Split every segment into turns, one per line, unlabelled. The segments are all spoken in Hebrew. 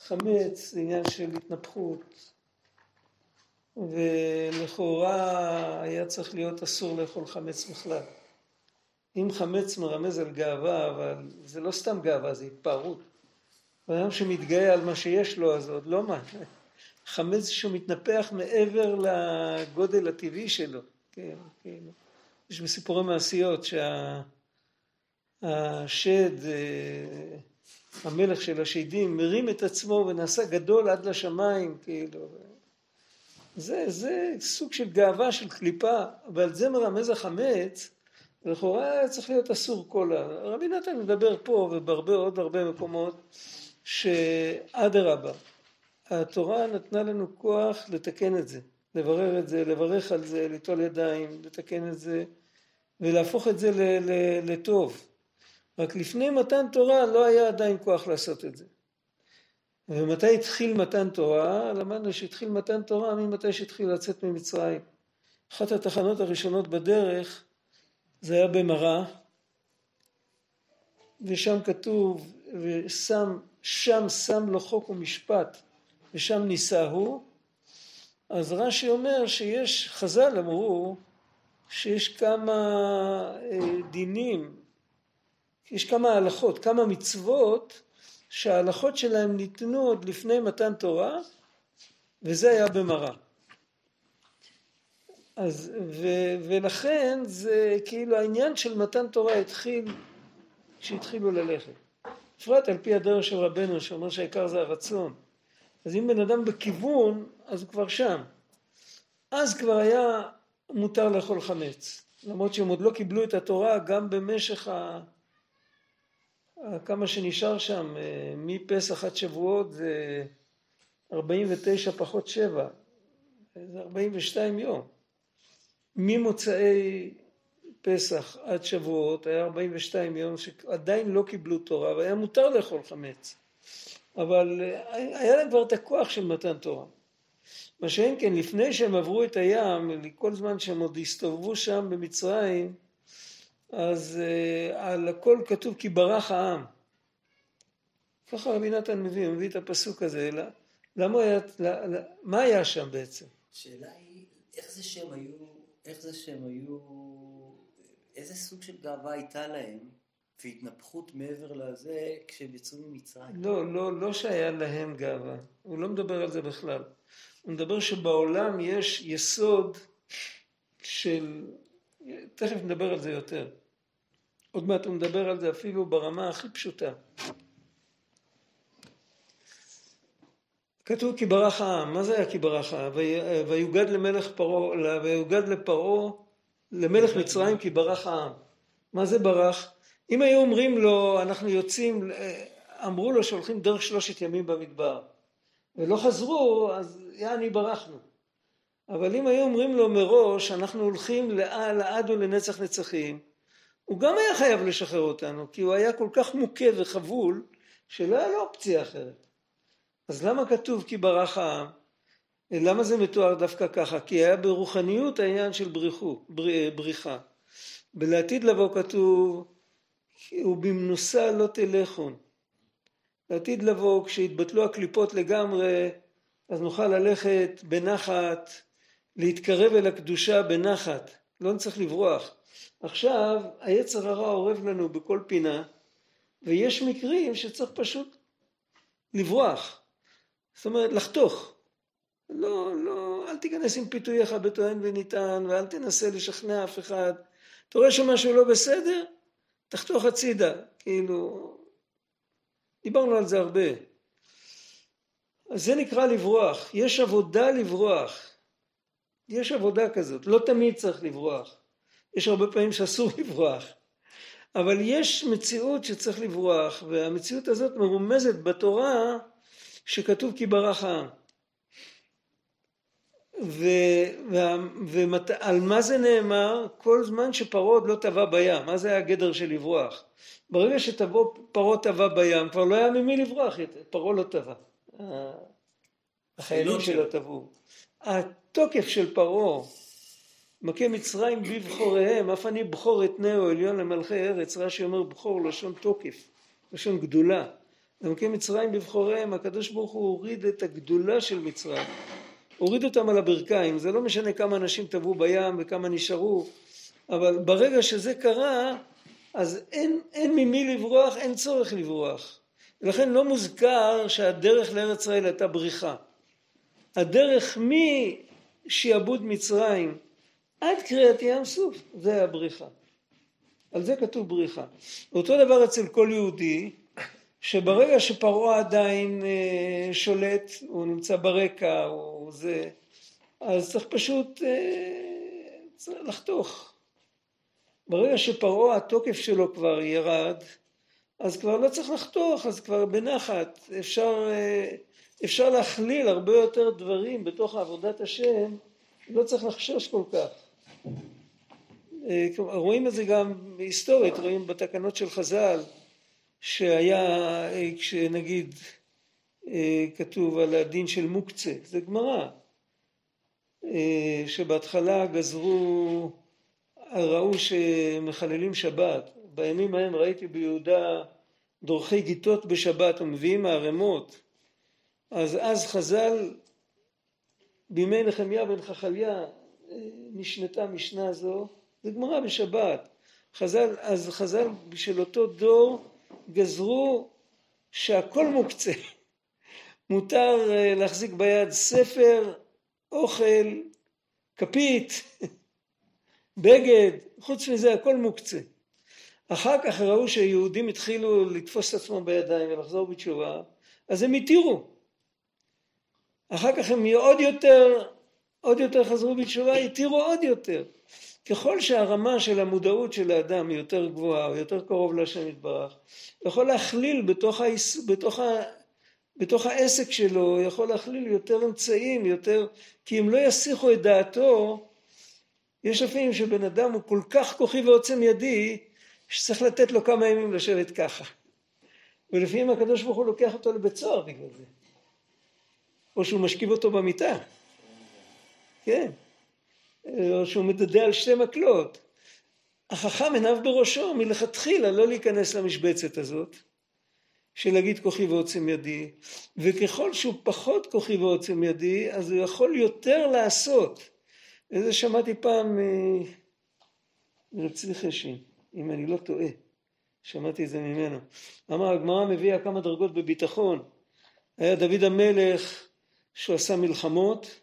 חמץ זה עניין של התנפחות, ולכאורה היה צריך להיות אסור לאכול חמץ בכלל. אם חמץ מרמז על גאווה, אבל זה לא סתם גאווה, זה התפארות. ואדם שמתגאה על מה שיש לו, אז עוד לא מה. חמץ שהוא מתנפח מעבר לגודל הטבעי שלו. כן, כן. יש בסיפורי מעשיות שהשד, המלך של השדים, מרים את עצמו ונעשה גדול עד לשמיים, כאילו. זה סוג של גאווה, של קליפה, אבל זה מרמז החמץ, ולכאורה צריך להיות אסור כל רבי נתן מדבר פה ובהרבה עוד הרבה מקומות, שאדרבה, התורה נתנה לנו כוח לתקן את זה, לברר את זה, לברך על זה, ליטול ידיים, לתקן את זה, ולהפוך את זה לטוב. רק לפני מתן תורה לא היה עדיין כוח לעשות את זה. ומתי התחיל מתן תורה? למדנו שהתחיל מתן תורה ממתי שהתחיל לצאת ממצרים. אחת התחנות הראשונות בדרך, זה היה במראה, ושם כתוב, שם שם לו חוק ומשפט, ושם ניסהו. אז רש"י אומר שיש, חז"ל אמרו, שיש כמה דינים, יש כמה הלכות, כמה מצוות, שההלכות שלהם ניתנו עוד לפני מתן תורה, וזה היה במראה. אז, ולכן זה כאילו העניין של מתן תורה התחיל, כשהתחילו ללכת. בפרט על פי הדרך של רבנו, שאומר שהעיקר זה הרצון. אז אם בן אדם בכיוון, אז הוא כבר שם. אז כבר היה מותר לאכול חמץ. למרות שהם עוד לא קיבלו את התורה, גם במשך כמה שנשאר שם, מפסח עד שבועות, זה 49 פחות 7. זה 42 יום. ממוצאי פסח עד שבועות, היה 42 יום שעדיין לא קיבלו תורה, והיה מותר לאכול חמץ. אבל היה להם כבר את הכוח של מתן תורה. מה שאין כן, לפני שהם עברו את הים, כל זמן שהם עוד הסתובבו שם במצרים, אז על הכל כתוב כי ברח העם. ככה רבי נתן מביא את הפסוק הזה. מה היה שם בעצם?
השאלה היא, איך זה שהם היו, איזה סוג של גאווה הייתה להם, והתנפחות מעבר לזה כשהם יצאו ממצרים?
לא שהיה להם גאווה. הוא לא מדבר על זה בכלל. הוא מדבר שבעולם יש יסוד של, תכף נדבר על זה יותר. עוד מעט הוא מדבר על זה אפילו ברמה הכי פשוטה. כתוב כי ברח העם. מה זה היה כי ברח העם? ויוגד למלך פרעה, ויוגד לפרעה, למלך מצרים כי ברח העם. מה זה ברח? אם היו אומרים לו, אנחנו יוצאים, אמרו לו שהולכים דרך 3 ימים במדבר, ולא חזרו, אז יעני ברחנו. אבל אם היו אומרים לו מראש, אנחנו הולכים לעד ולנצח נצחים, הוא גם היה חייב לשחרר אותנו, כי הוא היה כל כך מוכה וחבול, שלא היה לו אופציה אחרת. אז למה כתוב כי ברח העם? למה זה מתואר דווקא ככה? כי היה ברוחניות העניין של בריחה. בלעתיד לבוא כתוב, ובמנוסה לא תלכון. לעתיד לבוא, כשהתבטלו הקליפות לגמרי, אז נוכל ללכת בנחת, להתקרב אל הקדושה בנחת. לא נצטרך לברוח. עכשיו, היצר הרע עורב לנו בכל פינה, ויש מקרים שצריך פשוט לברוח. זאת אומרת, לחתוך. לא, אל תיכנס עם פיתוייך בטוען וניתן, ואל תנסה לשכנע אף אחד. אתה רואה שמשהו לא בסדר? תחתוך הצידה. כאילו, דיברנו על זה הרבה. אז זה נקרא לברוח. יש עבודה לברוח. יש עבודה כזאת. לא תמיד צריך לברוח. יש הרבה פעמים שאסור לברוח. אבל יש מציאות שצריך לברוח, והמציאות הזאת מרומזת בתורה שכתוב כי ברח העם. ועל מה זה נאמר? כל זמן שפרעה עוד לא טבע בים. מה זה הגדר של לברוח? ברגע שפרעה טבע בים, כבר לא היה ממי לברוח. פרעה לא טבע. החיילים שלו טבעו. התוקף של פרעה, מכה מצרים בבחוריהם, אף אני בחור אתנהו עליון למלכי ארץ. רש"י אומר בחור לשון תוקף, לשון גדולה. עמקי מצרים בבחוריהם, הקדוש ברוך הוא הוריד את הגדולה של מצרים. הוריד אותם על הברכיים, זה לא משנה כמה אנשים טבעו בים וכמה נשארו, אבל ברגע שזה קרה, אז אין ממי לברוח, אין צורך לברוח. ולכן לא מוזכר שהדרך לארץ ישראל הייתה בריחה. הדרך משעבוד מצרים עד קריעת ים סוף, זה הבריחה. על זה כתוב בריחה. אותו דבר אצל כל יהודי, שברגע שפרעה עדיין שולט, הוא נמצא ברקע, או זה, אז צריך פשוט לחתוך. ברגע שפרעה התוקף שלו כבר ירד, אז כבר לא צריך לחתוך, אז כבר בנחת. אפשר להכליל הרבה יותר דברים בתוך עבודת השם, לא צריך לחשוש כל כך. רואים את זה גם בהיסטורית, רואים בתקנות של חז"ל, שהיה, כשנגיד כתוב על הדין של מוקצה, זה גמרא, שבהתחלה גזרו, ראו שמחללים שבת. בימים ההם ראיתי ביהודה דורכי גיטות בשבת ומביאים מערמות. אז חז"ל, בימי נחמיה בן חכליה, נשנתה משנה זו, זה גמרא בשבת. אז חז"ל בשביל אותו דור גזרו שהכל מוקצה. מותר להחזיק ביד ספר, אוכל, כפית, בגד, חוץ מזה הכל מוקצה. אחר כך ראו שיהודים התחילו לתפוס את עצמם בידיים ולחזור בתשובה, אז הם התירו. אחר כך הם עוד יותר חזרו בתשובה, התירו עוד יותר. ככל שהרמה של המודעות של האדם היא יותר גבוהה, או יותר קרוב להשם יתברך, יכול להכליל בתוך העסק שלו, יכול להכליל יותר אמצעים, כי אם לא יסיחו את דעתו, יש לפעמים שבן אדם הוא כל כך כוחי ועוצם ידי, שצריך לתת לו כמה ימים לשבת ככה. ולפעמים הקדוש ברוך הוא לוקח אותו לבית סוהר בגלל זה. או שהוא משכיב אותו במיטה. כן. או שהוא מדדה על 2 מקלות. החכם עיניו בראשו מלכתחילה לא להיכנס למשבצת הזאת, של להגיד כוחי ועוצם ידי, וככל שהוא פחות כוחי ועוצם ידי, אז הוא יכול יותר לעשות. וזה שמעתי פעם מרב צבי חשין, אם אני לא טועה, שמעתי את זה ממנו. אמר, הגמרא מביאה כמה דרגות בביטחון. היה דוד המלך שהוא עשה מלחמות,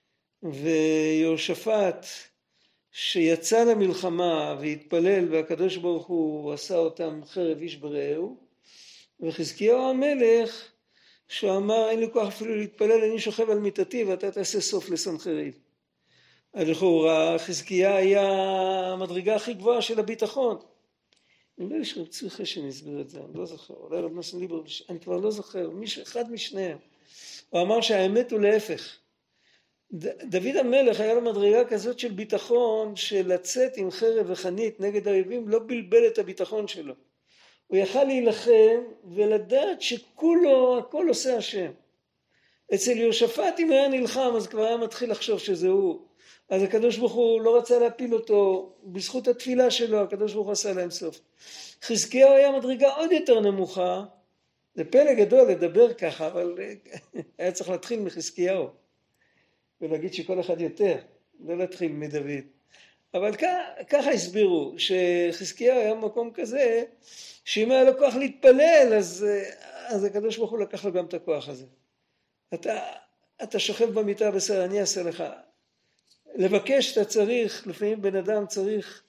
ויהושפט שיצא למלחמה והתפלל, והקדוש ברוך הוא עשה אותם חרב איש ברעהו, וחזקיהו המלך שהוא אמר, אין לי כוח אפילו להתפלל, אני שוכב על מיטתי ואתה תעשה סוף לסנחריב. לכאורה חזקיה היה המדרגה הכי גבוהה של הביטחון. אני לא יש רב צבי חשין הסביר את זה, אני לא זוכר, אולי רב נסון ליבר, אני כבר לא זוכר, אחד משניהם. הוא אמר שהאמת הוא להפך. דוד המלך היה לו מדרגה כזאת של ביטחון, של לצאת עם חרב וחנית נגד האויבים, לא בלבל את הביטחון שלו. הוא יכל להילחם ולדעת שכולו, הכל עושה השם. אצל יהושפט אם היה נלחם, אז כבר היה מתחיל לחשוב שזה הוא. אז הקדוש ברוך הוא לא רצה להפיל אותו, בזכות התפילה שלו, הקדוש ברוך הוא עשה להם סוף. חזקיהו היה מדרגה עוד יותר נמוכה, זה פלא גדול לדבר ככה, אבל היה צריך להתחיל מחזקיהו, ולהגיד שכל אחד יותר, לא להתחיל מדוד. אבל ככה הסבירו, שחזקיהו היה במקום כזה, שאם היה לו כוח להתפלל, אז הקדוש ברוך הוא לקח לו גם את הכוח הזה. אתה שוכב במיטה, בסדר, אני אעשה לך. לבקש אתה צריך, לפעמים בן אדם צריך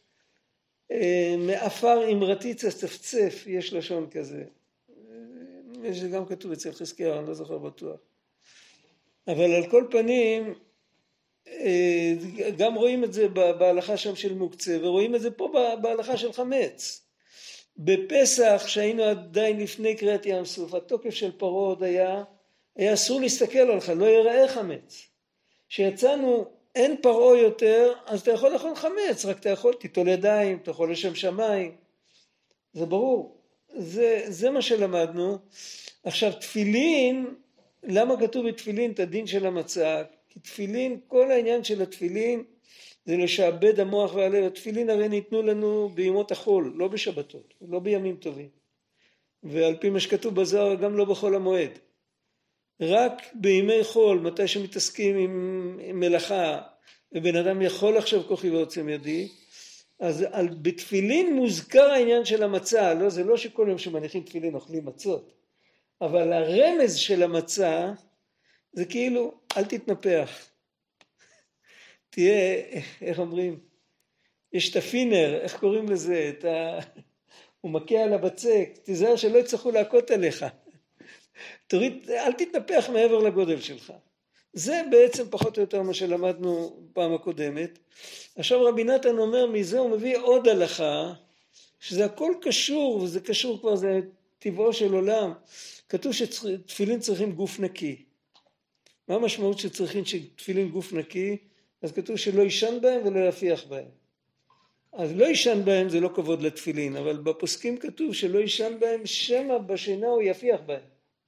מאפר אמרתי צפצף, יש לשון כזה. זה גם כתוב אצל חזקיהו, אני לא זוכר בטוח. אבל על כל פנים, גם רואים את זה בהלכה שם של מוקצה, ורואים את זה פה בהלכה של חמץ. בפסח, שהיינו עדיין לפני קריאת ים סוף, התוקף של פרעה עוד היה אסור להסתכל עליך, לא יראה חמץ. כשיצאנו, אין פרעה יותר, אז אתה יכול לאכול חמץ, רק אתה יכול, תיטול ידיים, אתה יכול לשם שמיים. זה ברור. זה מה שלמדנו. עכשיו, תפילין, למה כתוב בתפילין את הדין של המצה? כי תפילין, כל העניין של התפילין, זה לשעבד המוח והלב. התפילין הרי ניתנו לנו בימות החול, לא בשבתות, לא בימים טובים. ועל פי מה שכתוב בזוהר גם לא בחול המועד. רק בימי חול, מתי שמתעסקים עם מלאכה, ובן אדם יכול עכשיו כוחי ועוצם ידי, אז בתפילין מוזכר העניין של המצה, לא, זה לא שכל יום שמניחים תפילין אוכלים מצות, אבל הרמז של המצה זה כאילו אל תתנפח, תהיה, איך אומרים, יש את הפינר, איך קוראים לזה, הוא מכה על הבצק, תיזהר שלא יצטרכו להכות עליך, תוריד, אל תתנפח מעבר לגודל שלך. זה בעצם פחות או יותר מה שלמדנו פעם הקודמת. עכשיו רבי נתן אומר מזה, הוא מביא עוד הלכה, שזה הכל קשור, וזה קשור כבר, זה טבעו של עולם. כתוב שתפילין צריכים גוף נקי. מה המשמעות שצריכים שתפילין גוף נקי? אז כתוב שלא יישן בהם ולא יפיח בהם. אז לא יישן בהם זה לא כבוד לתפילין, אבל בפוסקים כתוב שלא יישן בהם, שמא בשינה הוא יפיח בהם.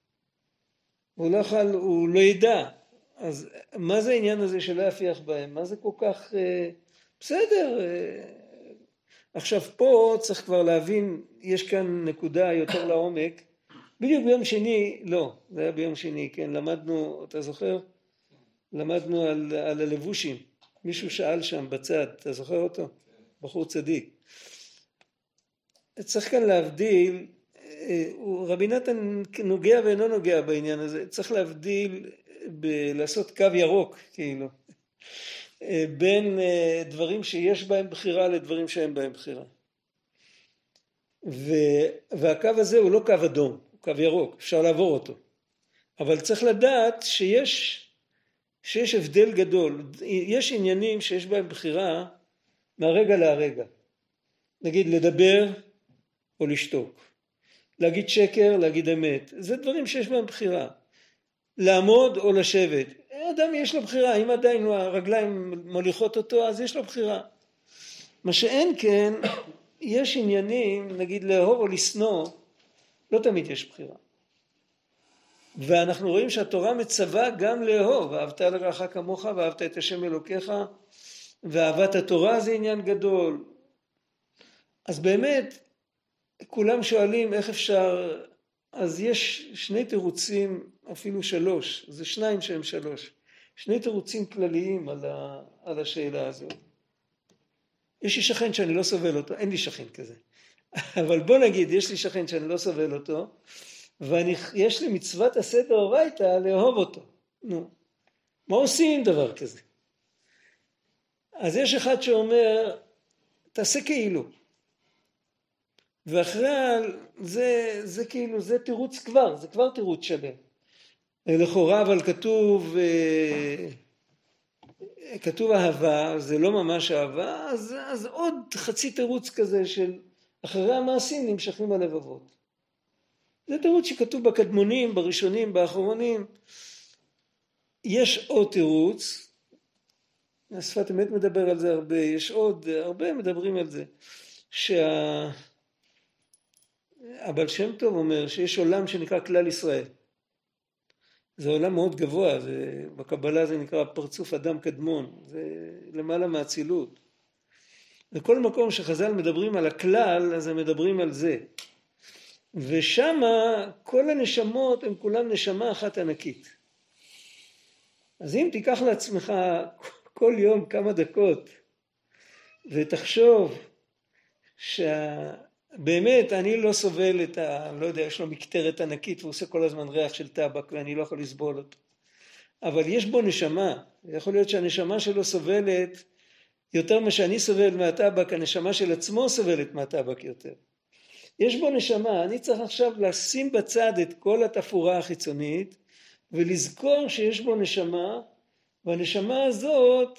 הוא לא ידע. אז מה זה העניין הזה שלא יפיח בהם? מה זה כל כך בסדר? עכשיו פה צריך כבר להבין, יש כאן נקודה יותר לעומק. בדיוק ביום שני, לא, זה היה ביום שני, כן, למדנו, אתה זוכר? למדנו על הלבושים. מישהו שאל שם בצד, אתה זוכר אותו? בחור צדיק. צריך כאן להבדיל, רבי נתן נוגע ואינו נוגע בעניין הזה, צריך להבדיל לעשות קו ירוק, כאילו, בין דברים שיש בהם בחירה לדברים שאין בהם בחירה. והקו הזה הוא לא קו אדום, הוא קו ירוק, אפשר לעבור אותו. אבל צריך לדעת שיש הבדל גדול, יש עניינים שיש בהם בחירה מהרגע להרגע. נגיד לדבר או לשתוק, להגיד שקר, להגיד אמת, זה דברים שיש בהם בחירה. לעמוד או לשבת, אדם יש לו בחירה, אם עדיין הרגליים מוליכות אותו, אז יש לו בחירה. מה שאין כן, יש עניינים, נגיד לאהוב או לשנוא, לא תמיד יש בחירה. ואנחנו רואים שהתורה מצווה גם לאהוב, אהבת לרעך כמוך ואהבת את השם אלוקיך, ואהבת התורה זה עניין גדול. אז באמת, כולם שואלים איך אפשר, אז יש שני תירוצים, אפילו 3, זה 2 שהם 3, 2 תירוצים כלליים על השאלה הזאת. יש לי שכן שאני לא סובל אותו, אין לי שכן כזה, אבל בוא נגיד, יש לי שכן שאני לא סובל אותו, ויש לי מצוות הסדר הביתה לאהוב אותו. נו, מה עושים עם דבר כזה? אז יש אחד שאומר, תעשה כאילו. ואחרי זה כאילו, זה תירוץ כבר, זה כבר תירוץ שלם. לכאורה, אבל כתוב אהבה, זה לא ממש אהבה, אז עוד חצי תירוץ כזה של אחרי המעשים נמשכים הלבבות. זה תירוץ שכתוב בקדמונים, בראשונים, באחרונים. יש עוד תירוץ, השפת אמת מדבר על זה הרבה, יש עוד, הרבה מדברים על זה, הבעל שם טוב אומר שיש עולם שנקרא כלל ישראל. זה עולם מאוד גבוה, בקבלה זה נקרא פרצוף אדם קדמון, זה למעלה מהצילות. וכל מקום שחז"ל מדברים על הכלל, אז הם מדברים על זה. ושמה כל הנשמות הן כולן נשמה אחת ענקית. אז אם תיקח לעצמך כל יום כמה דקות, ותחשוב באמת אני לא סובל לא יודע, יש לו מקטרת ענקית, והוא עושה כל הזמן ריח של טבק, ואני לא יכול לסבול אותו. אבל יש בו נשמה, יכול להיות שהנשמה שלו סובלת, יותר מה שאני סובל מהטבק, הנשמה של עצמו סובלת מהטבק יותר. יש בו נשמה, אני צריך עכשיו לשים בצד את כל התפאורה החיצונית, ולזכור שיש בו נשמה, והנשמה הזאת,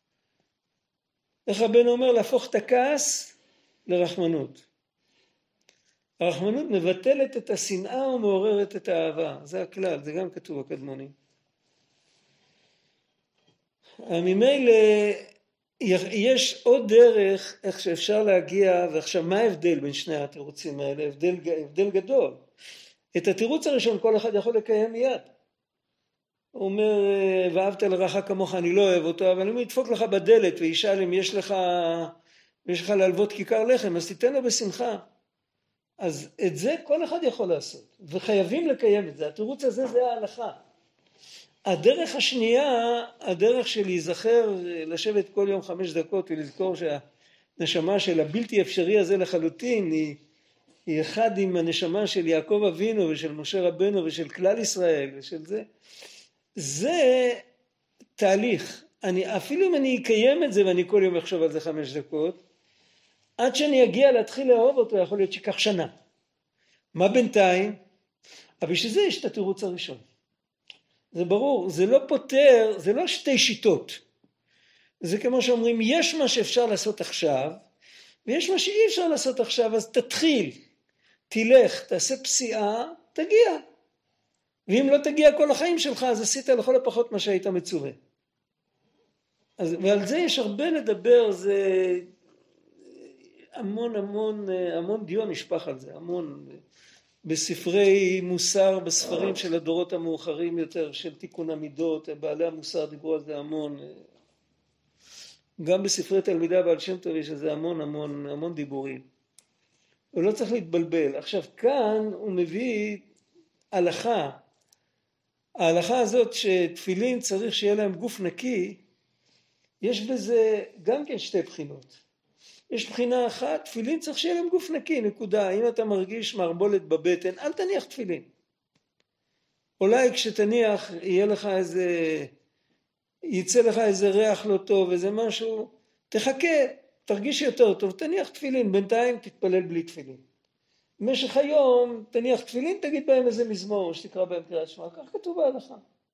איך הבן אומר, להפוך את הכעס לרחמנות. הרחמנות מבטלת את השנאה ומעוררת את האהבה, זה הכלל, זה גם כתוב בקדמונים. ממילא יש עוד דרך איך שאפשר להגיע, ועכשיו מה ההבדל בין שני התירוצים האלה? הבדל גדול. את התירוץ הראשון כל אחד יכול לקיים מיד. הוא אומר, ואהבת לרעך כמוך, אני לא אוהב אותו, אבל אם הוא ידפוק לך בדלת וישאל אם יש לך להלוות כיכר לחם, אז תיתן לו בשמחה. אז את זה כל אחד יכול לעשות, וחייבים לקיים את זה. התירוץ הזה זה ההלכה. הדרך השנייה, הדרך של להיזכר, לשבת כל יום 5 דקות ולזכור שהנשמה של הבלתי אפשרי הזה לחלוטין היא אחד עם הנשמה של יעקב אבינו ושל משה רבנו ושל כלל ישראל ושל זה. זה תהליך. אפילו אם אני אקיים את זה ואני כל יום אחשוב על זה 5 דקות, עד שאני אגיע להתחיל לאהוב אותו, יכול להיות שיקח שנה. מה בינתיים? אבל בשביל זה יש את התירוץ הראשון. זה ברור, זה לא פותר, זה לא 2 שיטות. זה כמו שאומרים, יש מה שאפשר לעשות עכשיו, ויש מה שאי אפשר לעשות עכשיו, אז תתחיל, תלך, תעשה פסיעה, תגיע. ואם לא תגיע כל החיים שלך, אז עשית לכל הפחות מה שהיית מצווה. ועל זה יש הרבה לדבר, זה המון דיון נשפך על זה, המון בספרי מוסר, בספרים של הדורות המאוחרים יותר, של תיקון המידות, בעלי המוסר דיברו על זה המון, גם בספרי תלמידי הבעל שם טוב יש על זה המון דיבורים. הוא לא צריך להתבלבל. עכשיו כאן הוא מביא הלכה, ההלכה הזאת שתפילין צריך שיהיה להם גוף נקי, יש בזה גם כן 2 בחינות. יש בחינה אחת, תפילין צריך שיהיה להם גוף נקי, נקודה. אם אתה מרגיש מערבולת בבטן, אל תניח תפילין. אולי כשתניח יצא לך איזה ריח לא טוב, איזה משהו, תחכה, תרגיש יותר טוב, תניח תפילין, בינתיים תתפלל בלי תפילין. במשך היום תניח תפילין, תגיד בהם איזה מזמור, שתקרא בהם קריאת שמע, כך כתוב בהלכה.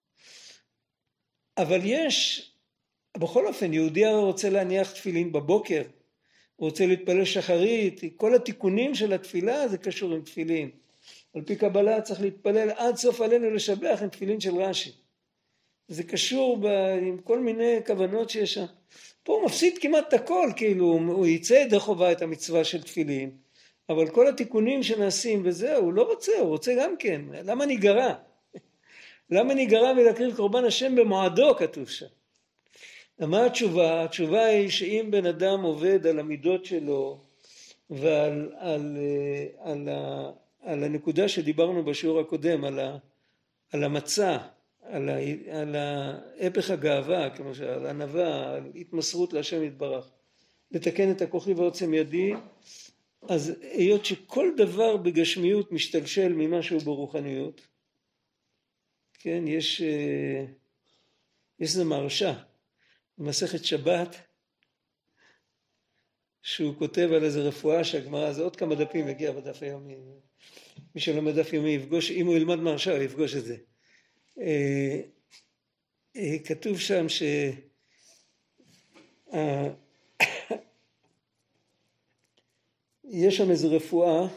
אבל בכל אופן, יהודי רוצה להניח תפילין בבוקר, הוא רוצה להתפלל שחרית, כל התיקונים של התפילה זה קשור עם תפילין. על פי קבלה צריך להתפלל עד סוף עלינו לשבח עם תפילין של רש"י. זה קשור עם כל מיני כוונות שיש שם. פה הוא מפסיד כמעט את הכל, כאילו הוא יצא ידי חובה את המצווה של תפילין, אבל כל התיקונים שנעשים וזהו, הוא לא רוצה, הוא רוצה גם כן. למה ניגרע? למה ניגרע מלהקריב קורבן השם במועדו, כתוב שם. מה התשובה? התשובה היא שאם בן אדם עובד על המידות שלו ועל על הנקודה שדיברנו בשיעור הקודם, על המצע, על הפך הגאווה, כמו על ענווה, על התמסרות להשם יתברך, לתקן את הכוחי ועוצם ידי, אז היות שכל דבר בגשמיות משתלשל ממשהו ברוחניות, כן, יש איזה מרשה, במסכת שבת, שהוא כותב על איזה רפואה שהגמרא, זה עוד כמה דפים יגיע בדף היומי, מי שלומד דף יומי יפגוש, אם הוא ילמד מרשה הוא יפגוש את זה. כתוב שם יש שם איזו רפואה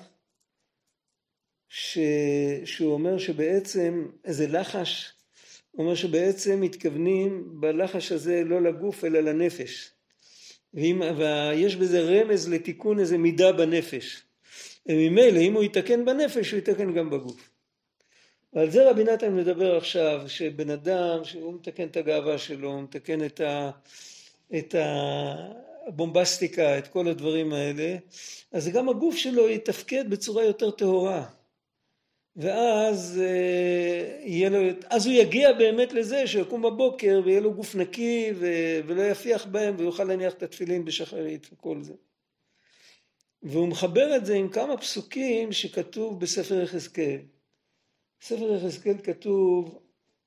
שהוא אומר שבעצם איזה לחש, הוא אומר שבעצם מתכוונים בלחש הזה לא לגוף אלא לנפש, ויש בזה רמז לתיקון איזה מידה בנפש, וממילא אם הוא יתקן בנפש הוא יתקן גם בגוף. ועל זה רבי נתן מדבר עכשיו, שבן אדם שהוא מתקן את הגאווה שלו, הוא מתקן את הבומבסטיקה, את כל הדברים האלה, אז גם הגוף שלו יתפקד בצורה יותר טהורה. ואז אז הוא יגיע באמת לזה שיקום בבוקר ויהיה לו גוף נקי ולא יפיח בהם ויוכל להניח את התפילין בשחרית וכל זה. והוא מחבר את זה עם כמה פסוקים שכתוב בספר יחזקאל. בספר יחזקאל כתוב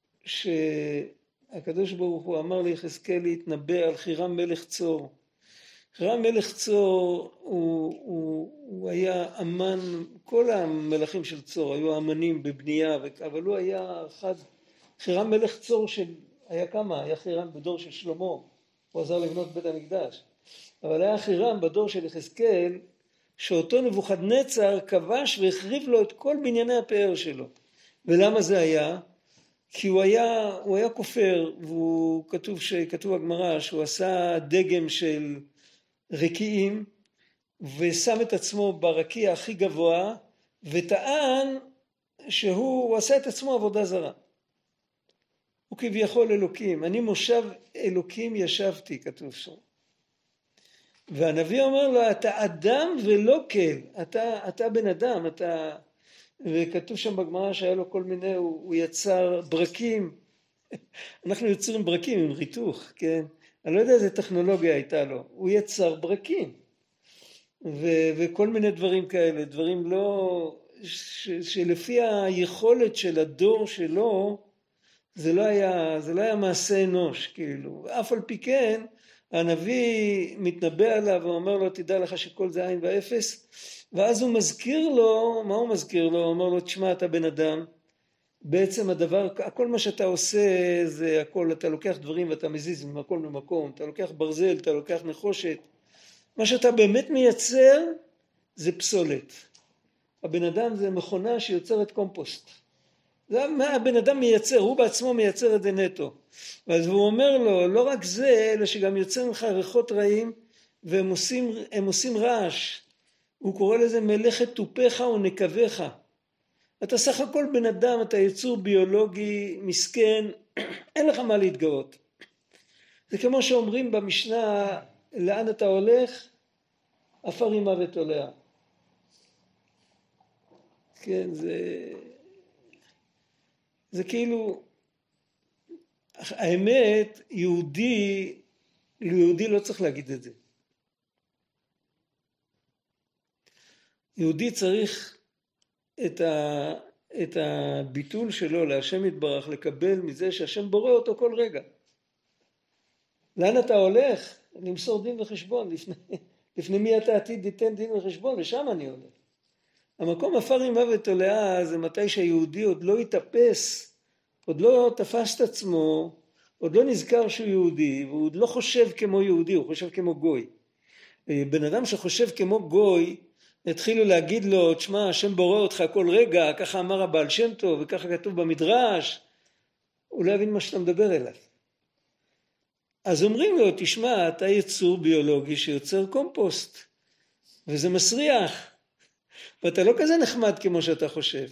שהקדוש ברוך הוא אמר ליחזקאל להתנבא על חירם מלך צור. חירם מלך צור הוא היה אמן, כל המלכים של צור היו אמנים בבנייה, אבל הוא היה אחד, חירם מלך צור היה כמה, היה חירם בדור של שלמה, הוא עזר לבנות בית המקדש, אבל היה חירם בדור של יחזקאל, שאותו נבוכדנצר כבש והחריב לו את כל בנייני הפאר שלו. ולמה זה היה? כי הוא היה כופר, והוא כתוב בגמרא שהוא עשה דגם של רקיעים, ושם את עצמו ברקיע הכי גבוה, וטען שהוא עשה את עצמו עבודה זרה. הוא כביכול אלוקים, אני מושב אלוקים ישבתי, כתוב שם. והנביא אומר לו, אתה אדם ולא כל, אתה בן אדם, וכתוב שם בגמרא שהיה לו כל מיני, הוא יצר ברקים, אנחנו יוצרים ברקים עם ריתוך, כן? אני לא יודע איזה טכנולוגיה הייתה לו, הוא יצר ברקים, וכל מיני דברים כאלה, דברים לא, שלפי היכולת של הדור שלו, זה לא היה מעשה אנוש, כאילו, אף על פי כן, הנביא מתנבא עליו ואומר לו, תדע לך שכל זה עין ואפס, ואז הוא מזכיר לו, מה הוא מזכיר לו? הוא אומר לו, תשמע, אתה בן אדם, בעצם הדבר, הכל מה שאתה עושה, זה הכל, אתה לוקח דברים ואתה מזיז ממקום למקום, אתה לוקח ברזל, אתה לוקח נחושת, מה שאתה באמת מייצר, זה פסולת. הבן אדם זה מכונה שיוצרת קומפוסט. זה מה הבן אדם מייצר, הוא בעצמו מייצר את זה נטו. ואז הוא אומר לו, לא רק זה, אלא שגם יוצא ממך ריחות רעים, והם עושים רעש. הוא קורא לזה מלאכת טופך ונקבך. אתה סך הכל בן אדם, אתה יצור ביולוגי, מסכן, אין לך מה להתגאות. זה כמו שאומרים במשנה, לאן אתה הולך? עפר רימה ותולע. כן, זה כאילו, האמת, יהודי לא צריך להגיד את זה. יהודי צריך את הביטול שלו להשם יתברך, לקבל מזה שהשם בורא אותו כל רגע. לאן אתה הולך? למסור דין וחשבון, לפני מי אתה עתיד ליתן דין וחשבון, לשם אני הולך. המקום עפר רימה ותולעה זה מתי שהיהודי עוד לא יתאפס, עוד לא תפס את עצמו, עוד לא נזכר שהוא יהודי, והוא עוד לא חושב כמו יהודי, הוא חושב כמו גוי. בן אדם שחושב כמו גוי, התחילו להגיד לו, תשמע, השם בורא אותך כל רגע, ככה אמר הבעל שם טוב, וככה כתוב במדרש, הוא לא יבין מה שאתה מדבר אליו. אז אומרים לו, תשמע, אתה יצור ביולוגי שיוצר קומפוסט, וזה מסריח, ואתה לא כזה נחמד כמו שאתה חושב.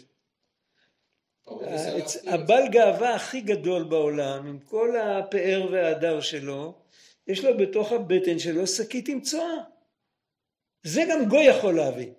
הבעל גאווה הכי גדול בעולם, עם כל הפאר וההדר שלו, יש לו בתוך הבטן שלו שקית עם צואה. זה גם גוי יכול להביא.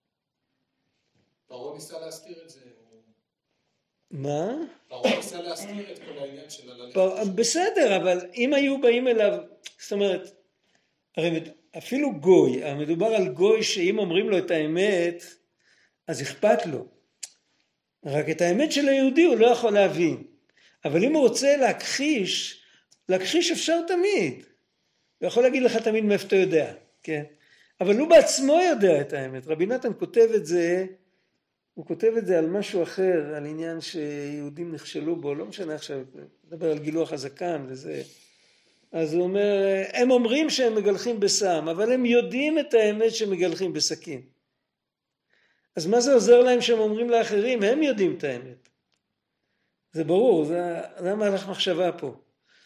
פרעה ניסה להסתיר את זה.
מה?
פרעה ניסה להסתיר את כל העניין של הללכת.
בסדר, אבל אם היו באים אליו, זאת אומרת, הרי אפילו גוי, מדובר על גוי שאם אומרים לו את האמת, אז אכפת לו. רק את האמת של היהודי הוא לא יכול להבין. אבל אם הוא רוצה להכחיש אפשר תמיד. הוא יכול להגיד לך תמיד מאיפה אתה יודע, כן? אבל הוא בעצמו יודע את האמת. רבי נתן כותב את זה, הוא כותב את זה על משהו אחר, על עניין שיהודים נכשלו בו, לא משנה עכשיו, נדבר על גילוח הזקן וזה. אז הוא אומר, הם אומרים שהם מגלחים בסם, אבל הם יודעים את האמת שמגלחים בסכין. אז מה זה עוזר להם שהם אומרים לאחרים? הם יודעים את האמת. זה ברור, זה המהלך מחשבה פה.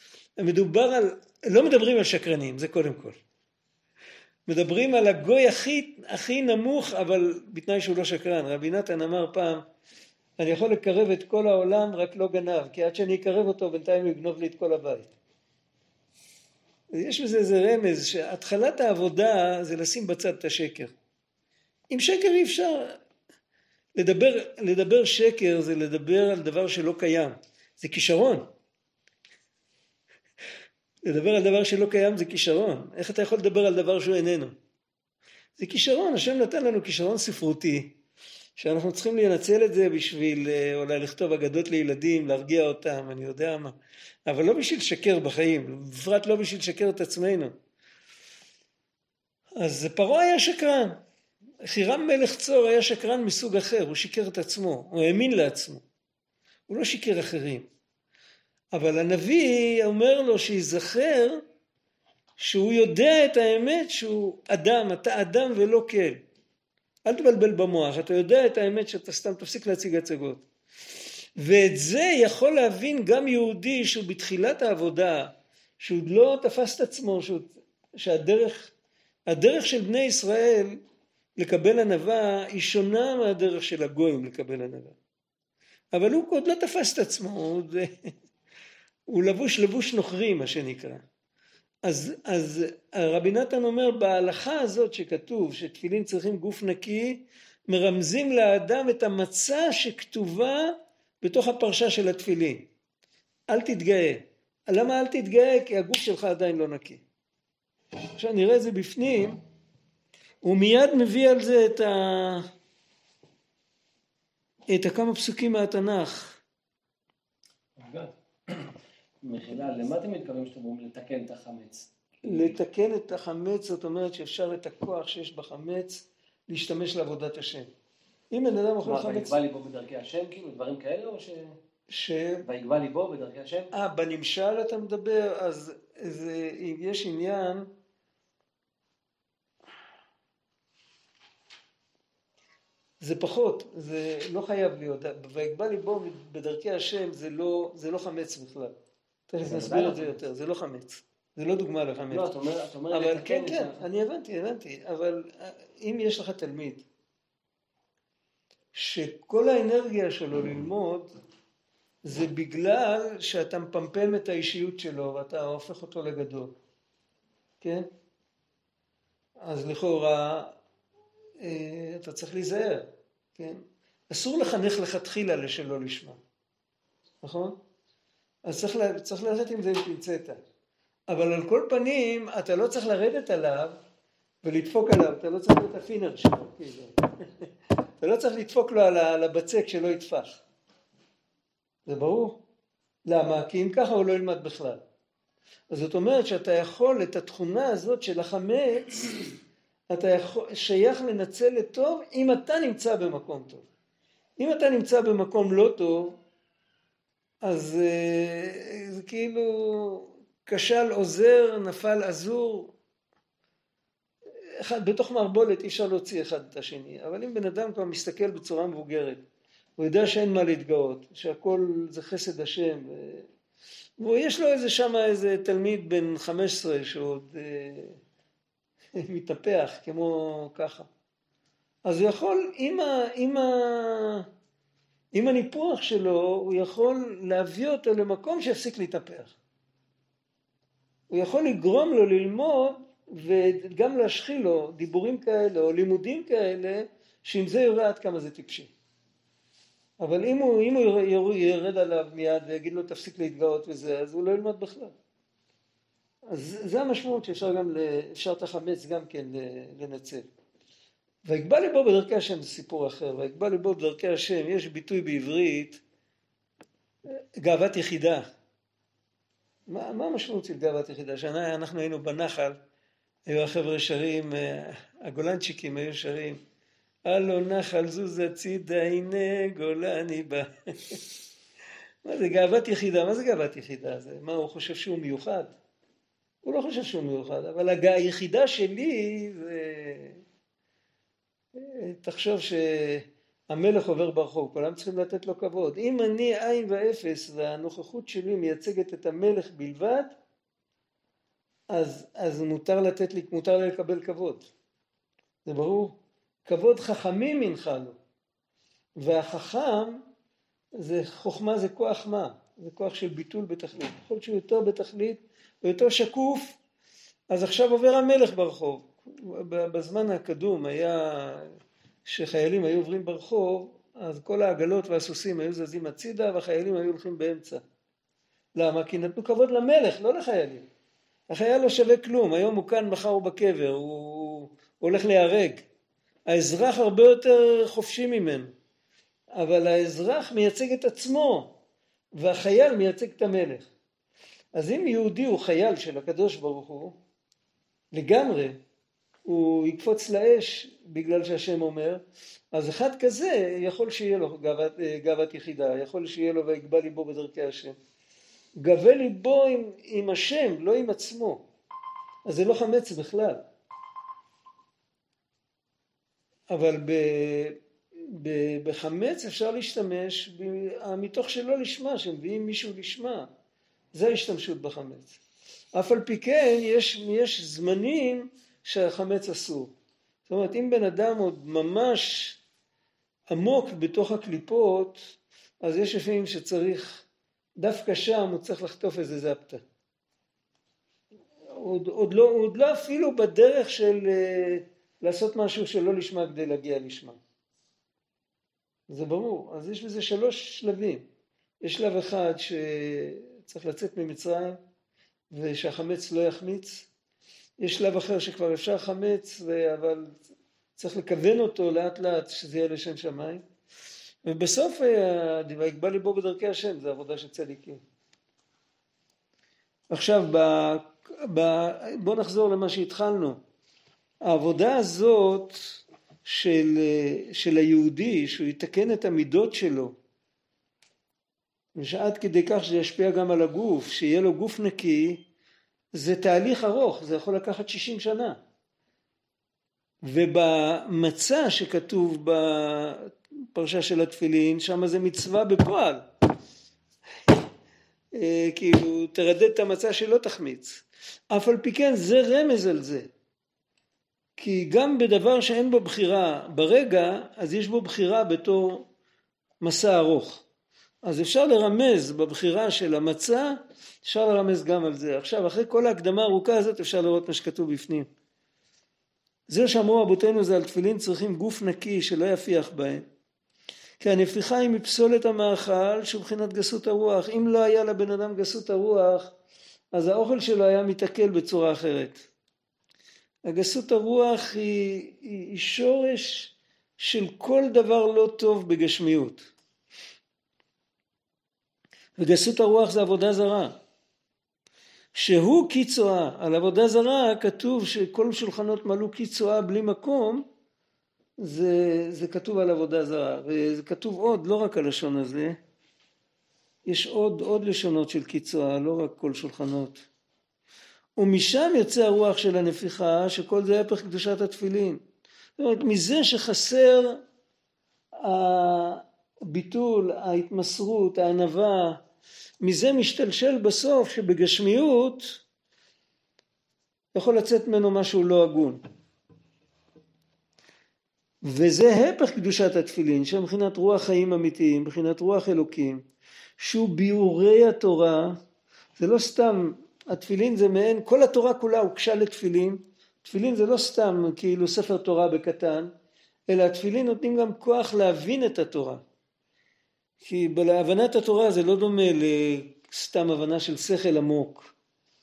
לא מדברים על שקרנים, זה קודם כל. מדברים על הגוי הכי נמוך, אבל בתנאי שהוא לא שקרן. רבי נתן אמר פעם, אני יכול לקרב את כל העולם, רק לא גנב, כי עד שאני אקרב אותו, בינתיים הוא יגנוב לי את כל הבית. יש בזה איזה רמז, שהתחלת העבודה זה לשים בצד את השקר. עם שקר אי אפשר, לדבר שקר זה לדבר על דבר שלא קיים, זה כישרון. לדבר על דבר שלא קיים זה כישרון. איך אתה יכול לדבר על דבר שהוא איננו? זה כישרון, השם נתן לנו כישרון ספרותי, שאנחנו צריכים לנצל את זה בשביל אולי לכתוב אגדות לילדים, להרגיע אותם, אני יודע מה. אבל לא בשביל שקר בחיים, בפרט לא בשביל שקר את עצמנו. אז פרעה היה שקרן. חירם מלך צור היה שקרן מסוג אחר, הוא שיקר את עצמו, הוא האמין לעצמו. הוא לא שיקר אחרים. אבל הנביא אומר לו שיזכר שהוא יודע את האמת שהוא אדם, אתה אדם ולא כל. אל תבלבל במוח, אתה יודע את האמת שאתה סתם תפסיק להציג הצגות. ואת זה יכול להבין גם יהודי שהוא בתחילת העבודה, שהוא לא תפס את עצמו, שהדרך של בני ישראל לקבל ענווה היא שונה מהדרך של הגויים לקבל ענווה. אבל הוא עוד לא תפס את עצמו, הוא לבוש נוכרי מה שנקרא. אז רבי נתן אומר, בהלכה הזאת שכתוב שתפילין צריכים גוף נקי, מרמזים לאדם את המצה שכתובה בתוך הפרשה של התפילין. אל תתגאה. למה אל תתגאה? כי הגוף שלך עדיין לא נקי. עכשיו נראה את זה בפנים, הוא מיד מביא על זה את כמה פסוקים מהתנ"ך.
מחילה, למה אתם מתכוונים שאתם אומרים לתקן את החמץ?
לתקן את החמץ, זאת אומרת שאפשר את הכוח שיש בחמץ להשתמש לעבודת השם. אם בן אדם אוכל חמץ...
ויגבה ליבו בדרכי השם, כאילו, דברים כאלה, או ויגבה ליבו בדרכי השם?
בנמשל אתה מדבר, אז יש עניין... זה פחות, זה לא חייב להיות. ויגבה ליבו בדרכי השם זה לא חמץ בכלל. תכף נסביר את זה יותר, זה לא חמץ. זה לא דוגמה לחמץ.
לא, אתה אומר
אבל
לתקן...
כן, אני הבנתי. אבל אם יש לך תלמיד שכל האנרגיה שלו ללמוד זה בגלל שאתה מפמפם את האישיות שלו ואתה הופך אותו לגדול. כן? אז לכאורה אתה צריך להיזהר, כן? אסור לחנך לכתחילה לשלא לשמה, נכון? אז צריך ללכת עם זה בפינצטה. אבל על כל פנים, אתה לא צריך לרדת עליו ולדפוק עליו, אתה לא צריך להיות הפינר שלו, כאילו. אתה לא צריך לדפוק לו על הבצק שלא יתפח. זה ברור? למה? כי אם ככה הוא לא ילמד בכלל. אז זאת אומרת שאתה יכול את התכונה הזאת של החמץ, אתה שייך לנצל לטוב אם אתה נמצא במקום טוב. אם אתה נמצא במקום לא טוב, אז זה כאילו כשל עוזר, נפל עזור. בתוך מערבולת אי אפשר להוציא אחד את השני. אבל אם בן אדם כבר מסתכל בצורה מבוגרת, הוא יודע שאין מה להתגאות, שהכל זה חסד השם. ויש לו איזה תלמיד בן 15 שעוד... מתהפך כמו ככה. אז הוא יכול, עם הניפוח שלו, הוא יכול להביא אותו למקום שיפסיק להתהפך. הוא יכול לגרום לו ללמוד, וגם להשחיל לו דיבורים כאלה, או לימודים כאלה, שעם זה יראה עד כמה זה טיפשי. אבל אם הוא ירד עליו מיד, ויגיד לו תפסיק להתגאות וזה, אז הוא לא ילמד בכלל. אז זה המשמעות שאפשר אפשר את החמץ גם כן לנצל. ויגבה ליבו בדרכי השם, זה סיפור אחר. ויגבה ליבו בדרכי השם, יש ביטוי בעברית, גאוות יחידה. מה המשמעות של גאוות יחידה? שאנחנו היינו בנחל, היו החבר'ה שרים, הגולנצ'יקים היו שרים, הלו נחל זוז הצידה, הנה גולני בא. מה זה גאוות יחידה? מה זה גאוות יחידה? מה הוא חושב שהוא מיוחד? הוא לא חושב שהוא מיוחד, אבל היחידה שלי זה... תחשוב שהמלך עובר ברחוב, כולם צריכים לתת לו כבוד. אם אני עין ואפס והנוכחות שלי מייצגת את המלך בלבד, אז מותר לי לקבל כבוד. זה ברור? כבוד חכמים מנחה לו. והחכם, חוכמה זה כוח מה? זה כוח של ביטול בתכלית. יכול שהוא יותר בתכלית, הוא יותר שקוף, אז עכשיו עובר המלך ברחוב. בזמן הקדום היה, שחיילים היו עוברים ברחוב, אז כל העגלות והסוסים היו זזים הצידה, והחיילים היו הולכים באמצע. למה? כי נתנו כבוד למלך, לא לחיילים. החייל לא שווה כלום, היום הוא כאן, מחר הוא בקבר, הוא הולך להיהרג. האזרח הרבה יותר חופשי ממנו, אבל האזרח מייצג את עצמו, והחייל מייצג את המלך. אז אם יהודי הוא חייל של הקדוש ברוך הוא, לגמרי, הוא יקפוץ לאש בגלל שהשם אומר, אז אחד כזה יכול שיהיה לו גאוות יחידה, יכול שיהיה לו ויגבה ליבו בדרכי השם. גבה ליבו עם השם, לא עם עצמו. אז זה לא חמץ בכלל. אבל בחמץ אפשר להשתמש מתוך שלא לשמה, שמביאים מישהו לשמה. זה ההשתמשות בחמץ. אף על פי כן יש זמנים שהחמץ אסור. זאת אומרת, אם בן אדם עוד ממש עמוק בתוך הקליפות, אז יש לפעמים שצריך, דווקא שם הוא צריך לחטוף איזה זפתה. עוד לא אפילו בדרך של לעשות משהו שלא לשמה כדי להגיע לשמה. זה ברור. אז יש בזה 3 שלבים. יש שלב אחד שצריך לצאת ממצרים ושהחמץ לא יחמיץ. יש שלב אחר שכבר אפשר חמץ, אבל צריך לכוון אותו לאט לאט שזה יהיה לשם שמיים. ובסוף ויגבה ליבו בדרכי השם, זה עבודה של צדיקים. עכשיו בוא נחזור למה שהתחלנו. העבודה הזאת של היהודי, שהוא יתקן את המידות שלו, ושעד כדי כך שזה ישפיע גם על הגוף, שיהיה לו גוף נקי, זה תהליך ארוך, זה יכול לקחת 60 שנה. ובמצע שכתוב בפרשה של התפילין, שם זה מצווה בפועל. כאילו תרדד את המצע שלא תחמיץ. אף על פי כן זה רמז על זה. כי גם בדבר שאין בו בחירה ברגע, אז יש בו בחירה בתור מסע ארוך. אז אפשר לרמז בבחירה של המצע, אפשר לרמז גם על זה. עכשיו, אחרי כל ההקדמה הארוכה הזאת, אפשר לראות מה שכתוב בפנים. זה שאמרו אבותינו זה על תפילין צריכים גוף נקי שלא יפיח בהם. כי הנפיחה היא מפסולת המאכל שהוא מבחינת גסות הרוח. אם לא היה לבן אדם גסות הרוח, אז האוכל שלו היה מתעכל בצורה אחרת. הגסות הרוח היא שורש של כל דבר לא טוב בגשמיות. וגסות הרוח זה עבודה זרה. שהוא קיצואה, על עבודה זרה כתוב שכל שולחנות מלאו קיצואה בלי מקום, זה כתוב על עבודה זרה. וזה כתוב עוד, לא רק הלשון הזה, יש עוד לשונות של קיצואה, לא רק כל שולחנות. ומשם יוצא הרוח של הנפיחה, שכל זה הפך קדושת התפילין. זאת אומרת, מזה שחסר הביטול, ההתמסרות, הענווה, מזה משתלשל בסוף שבגשמיות יכול לצאת ממנו משהו לא הגון. וזה הפך קדושת התפילין, שמבחינת רוח חיים אמיתיים, מבחינת רוח אלוקים, שהוא ביאורי התורה. זה לא סתם, התפילין זה מעין, כל התורה כולה הוקשה לתפילין. תפילין זה לא סתם כאילו ספר תורה בקטן, אלא התפילין נותנים גם כוח להבין את התורה. כי בהבנת התורה זה לא דומה לסתם הבנה של שכל עמוק.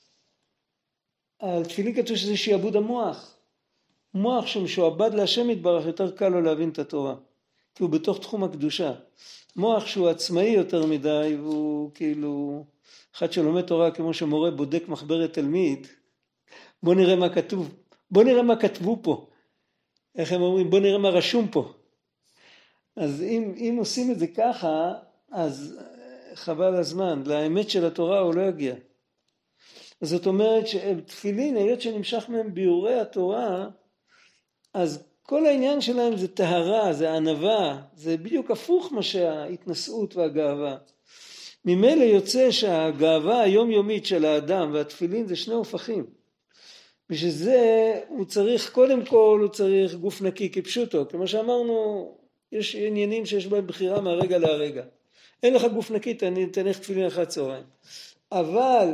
על תפילין כתוב שזה שיעבוד המוח. מוח שמשועבד להשם יתברך יותר קל לו להבין את התורה. כי הוא בתוך תחום הקדושה. מוח שהוא עצמאי יותר מדי, והוא כאילו אחד שלומד תורה כמו שמורה בודק מחברת תלמיד. בוא נראה מה כתוב. בוא נראה מה כתבו פה. איך הם אומרים? בוא נראה מה רשום פה. אז אם עושים את זה ככה, אז חבל הזמן. לאמת של התורה הוא לא יגיע. אז זאת אומרת שתפילין, היות שנמשך מהם ביאורי התורה, אז כל העניין שלהם זה טהרה, זה ענווה, זה בדיוק הפוך מה שההתנשאות והגאווה. ממילא יוצא שהגאווה היומיומית של האדם והתפילין זה שני הופכים. בשביל זה הוא צריך, קודם כל הוא צריך גוף נקי כפשוטו. כמו שאמרנו, יש עניינים שיש בהם בחירה מהרגע להרגע. אין לך גוף נקי, תניח תפילין אחת צהריים. אבל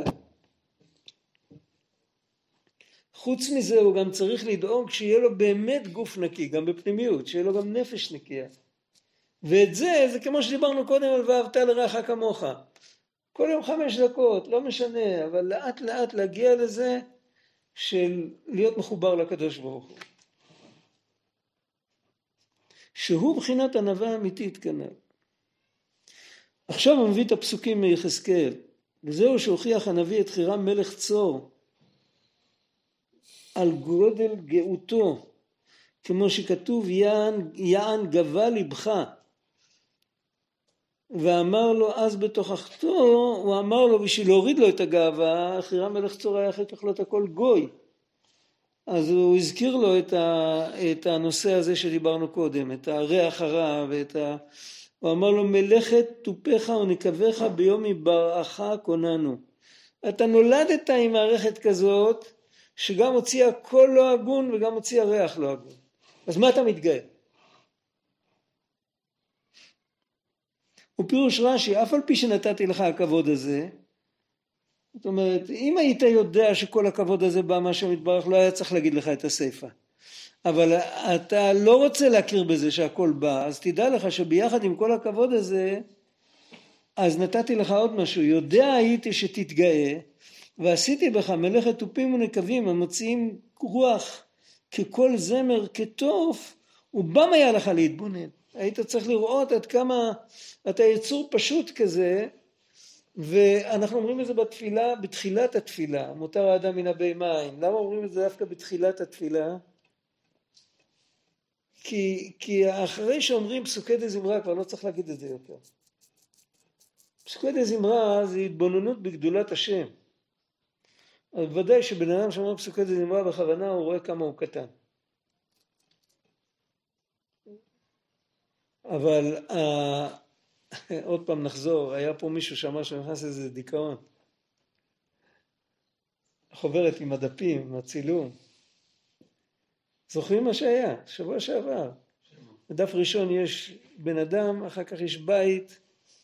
חוץ מזה הוא גם צריך לדאוג שיהיה לו באמת גוף נקי, גם בפנימיות, שיהיה לו גם נפש נקייה. ואת זה כמו שדיברנו קודם על ואהבת לרעך כמוך. כל יום 5 דקות, לא משנה, אבל לאט לאט להגיע לזה של להיות מחובר לקדוש ברוך הוא. שהוא בחינת ענווה אמיתית כנראה. עכשיו הוא מביא את הפסוקים מיחזקאל, וזהו שהוכיח הנביא את חירם מלך צור, על גודל גאותו, כמו שכתוב יען גבה לבך, ואמר לו אז בתוכחתו, הוא אמר לו בשביל להוריד לו את הגאווה, חירם מלך צור היה אחר כך לא את הכל גוי. אז הוא הזכיר לו את הנושא הזה שדיברנו קודם, את הריח הרע, הוא אמר לו מלאכת תופך ונקבך ביום יבראך קוננו. אתה נולדת עם מערכת כזאת, שגם הוציאה קול לא הגון וגם הוציאה ריח לא הגון. אז מה אתה מתגאה? ופירוש רש"י, אף על פי שנתתי לך הכבוד הזה, זאת אומרת, אם היית יודע שכל הכבוד הזה בא מהשם יתברך, לא היה צריך להגיד לך את הסיפה. אבל אתה לא רוצה להכיר בזה שהכל בא, אז תדע לך שביחד עם כל הכבוד הזה, אז נתתי לך עוד משהו. יודע הייתי שתתגאה, ועשיתי בך מלאכת תופים ונקבים המוציאים רוח ככל זמר כתוף, ובם היה לך להתבונן. היית צריך לראות עד כמה אתה יצור פשוט כזה, ואנחנו אומרים את זה בתפילה, בתחילת התפילה, מותר האדם מן הבהמה אין. למה אומרים את זה דווקא בתחילת התפילה? כי אחרי שאומרים פסוקי דזמרה, כבר לא צריך להגיד את זה יותר. פסוקי דזמרה זה התבוננות בגדולת השם. אז ודאי שבן אדם שאומר פסוקי דזמרה בכוונה, הוא רואה כמה הוא קטן. אבל עוד פעם נחזור, היה פה מישהו שאמר שנכנס איזה דיכאון. חוברת עם הדפים, עם הצילום. זוכרים מה שהיה? שבוע שעבר. בדף ראשון יש בן אדם, אחר כך יש בית,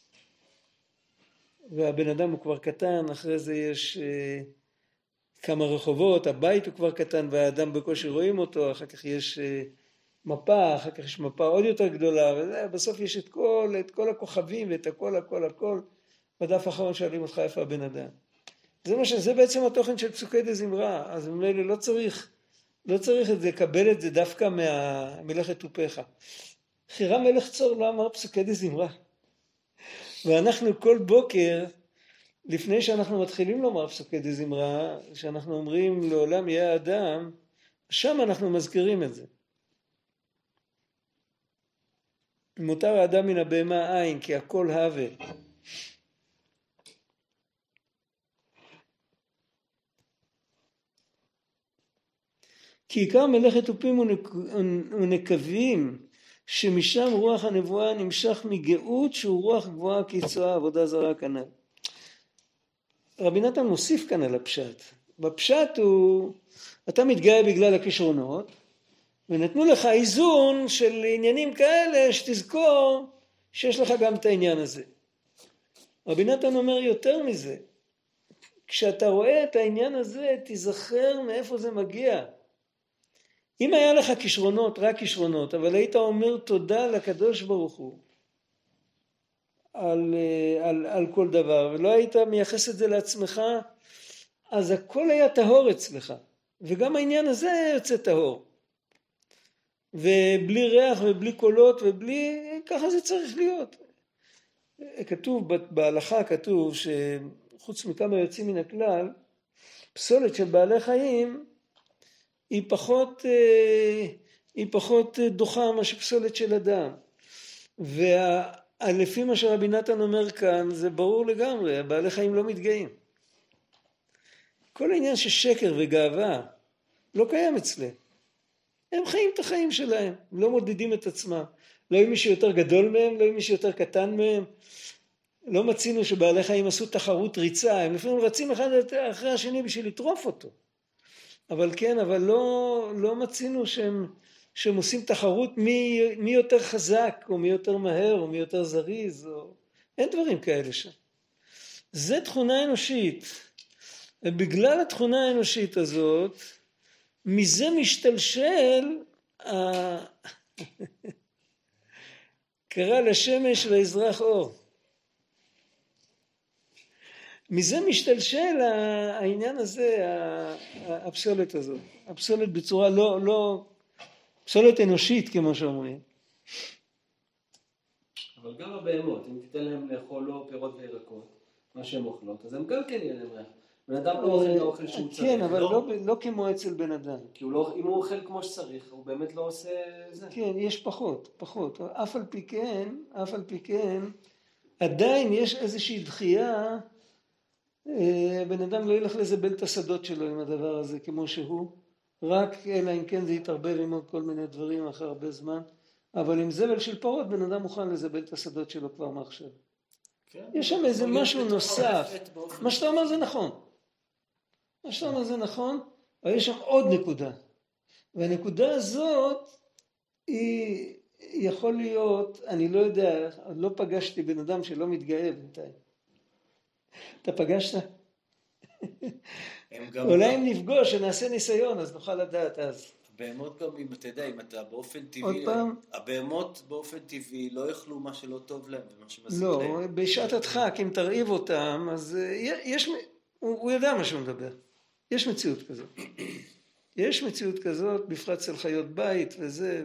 והבן אדם הוא כבר קטן, אחרי זה יש כמה רחובות, הבית הוא כבר קטן והאדם בקושי רואים אותו, אחר כך יש מפה, אחר כך יש מפה עוד יותר גדולה, ובסוף יש את כל הכוכבים ואת הכל, בדף האחרון שואלים אותך איפה הבן אדם. זה בעצם התוכן של פסוקי דזמרה, אז ממילא לא צריך את זה, לקבל את זה דווקא מהמלאכת תופיך. חירם מלך צור לא אמר פסוקי דזמרה. ואנחנו כל בוקר, לפני שאנחנו מתחילים לומר פסוקי דזמרה, שאנחנו אומרים לעולם יהיה אדם, שם אנחנו מזכירים את זה. מותר האדם מן הבהמה אין, כי הכל הווה. כי עיקר מלאכת תופים ונקבים, שמשם רוח הנבואה נמשך מגאות שהוא רוח גבוהה כיצואה עבודה זרה כנ"ל. רבי נתן מוסיף כאן על הפשט. בפשט אתה מתגאה בגלל הכישרונות, ונתנו לך איזון של עניינים כאלה שתזכור שיש לך גם את העניין הזה. רבי נתן אומר יותר מזה, כשאתה רואה את העניין הזה תזכר מאיפה זה מגיע. אם היה לך כישרונות, רק כישרונות, אבל היית אומר תודה לקדוש ברוך הוא על כל דבר, ולא היית מייחס את זה לעצמך, אז הכל היה טהור אצלך, וגם העניין הזה היה יוצא טהור. ובלי ריח ובלי קולות ובלי, ככה זה צריך להיות. כתוב, בהלכה כתוב שחוץ מכמה יוצאים מן הכלל, פסולת של בעלי חיים היא פחות דוחה מה שפסולת של אדם. ולפי מה שרבי נתן אומר כאן, זה ברור לגמרי, בעלי חיים לא מתגאים. כל העניין ששקר וגאווה לא קיים אצלם. הם חיים את החיים שלהם, לא מודדים את עצמם. לא עם מישהו יותר גדול מהם, לא עם מישהו יותר קטן מהם. לא מצינו שבעלי חיים עשו תחרות ריצה, הם לפעמים רצים אחד אחרי השני בשביל לטרוף אותו. אבל כן, אבל לא מצינו שהם עושים תחרות מי יותר חזק, או מי יותר מהר, או מי יותר זריז, אין דברים כאלה שם. זה תכונה אנושית. ובגלל התכונה האנושית הזאת, מזה משתלשל, קרא לשמש ויזרח אור. מזה משתלשל העניין הזה, הפסולת הזאת. הפסולת בצורה לא פסולת אנושית כמו שאומרים.
אבל גם הבהמות, אם תיתן להם לאכול לא פירות וירקות, מה שהם אוכלות, אז הם גם כן יהיה להם ריח. בן אדם לא אוכל לאוכל שהוא צריך.
כן, אבל לא כמו אצל בן אדם.
כי אם הוא אוכל כמו שצריך, הוא באמת לא עושה זה.
כן, יש פחות. אף על פי כן, עדיין יש איזושהי דחייה, בן אדם לא ילך לזבל את השדות שלו עם הדבר הזה כמו שהוא, רק אלא אם כן זה יתערבב עם עוד כל מיני דברים אחר הרבה זמן, אבל עם זבל של פרות בן אדם מוכן לזבל את השדות שלו כבר מעכשיו. כן. יש שם איזה משהו נוסף, מה שאתה אומר זה נכון. אבל יש שם עוד נקודה, והנקודה הזאת היא יכול להיות, אני לא יודע, לא פגשתי בן אדם שלא מתגאה בינתיים. אתה פגשת?
הם גם...
אולי אם נפגוש, שנעשה ניסיון, אז נוכל לדעת אז.
הבהמות גם, אם אתה יודע, אם אתה באופן טבעי...
עוד פעם?
הבהמות באופן טבעי לא יאכלו מה שלא טוב להם ומה שמזיק
לא,
להם.
בשעת הדחק, אם תרעיב אותם, אז יש... הוא יודע מה שהוא מדבר. יש מציאות כזאת. יש מציאות כזאת, בפרט אצל חיות בית וזה...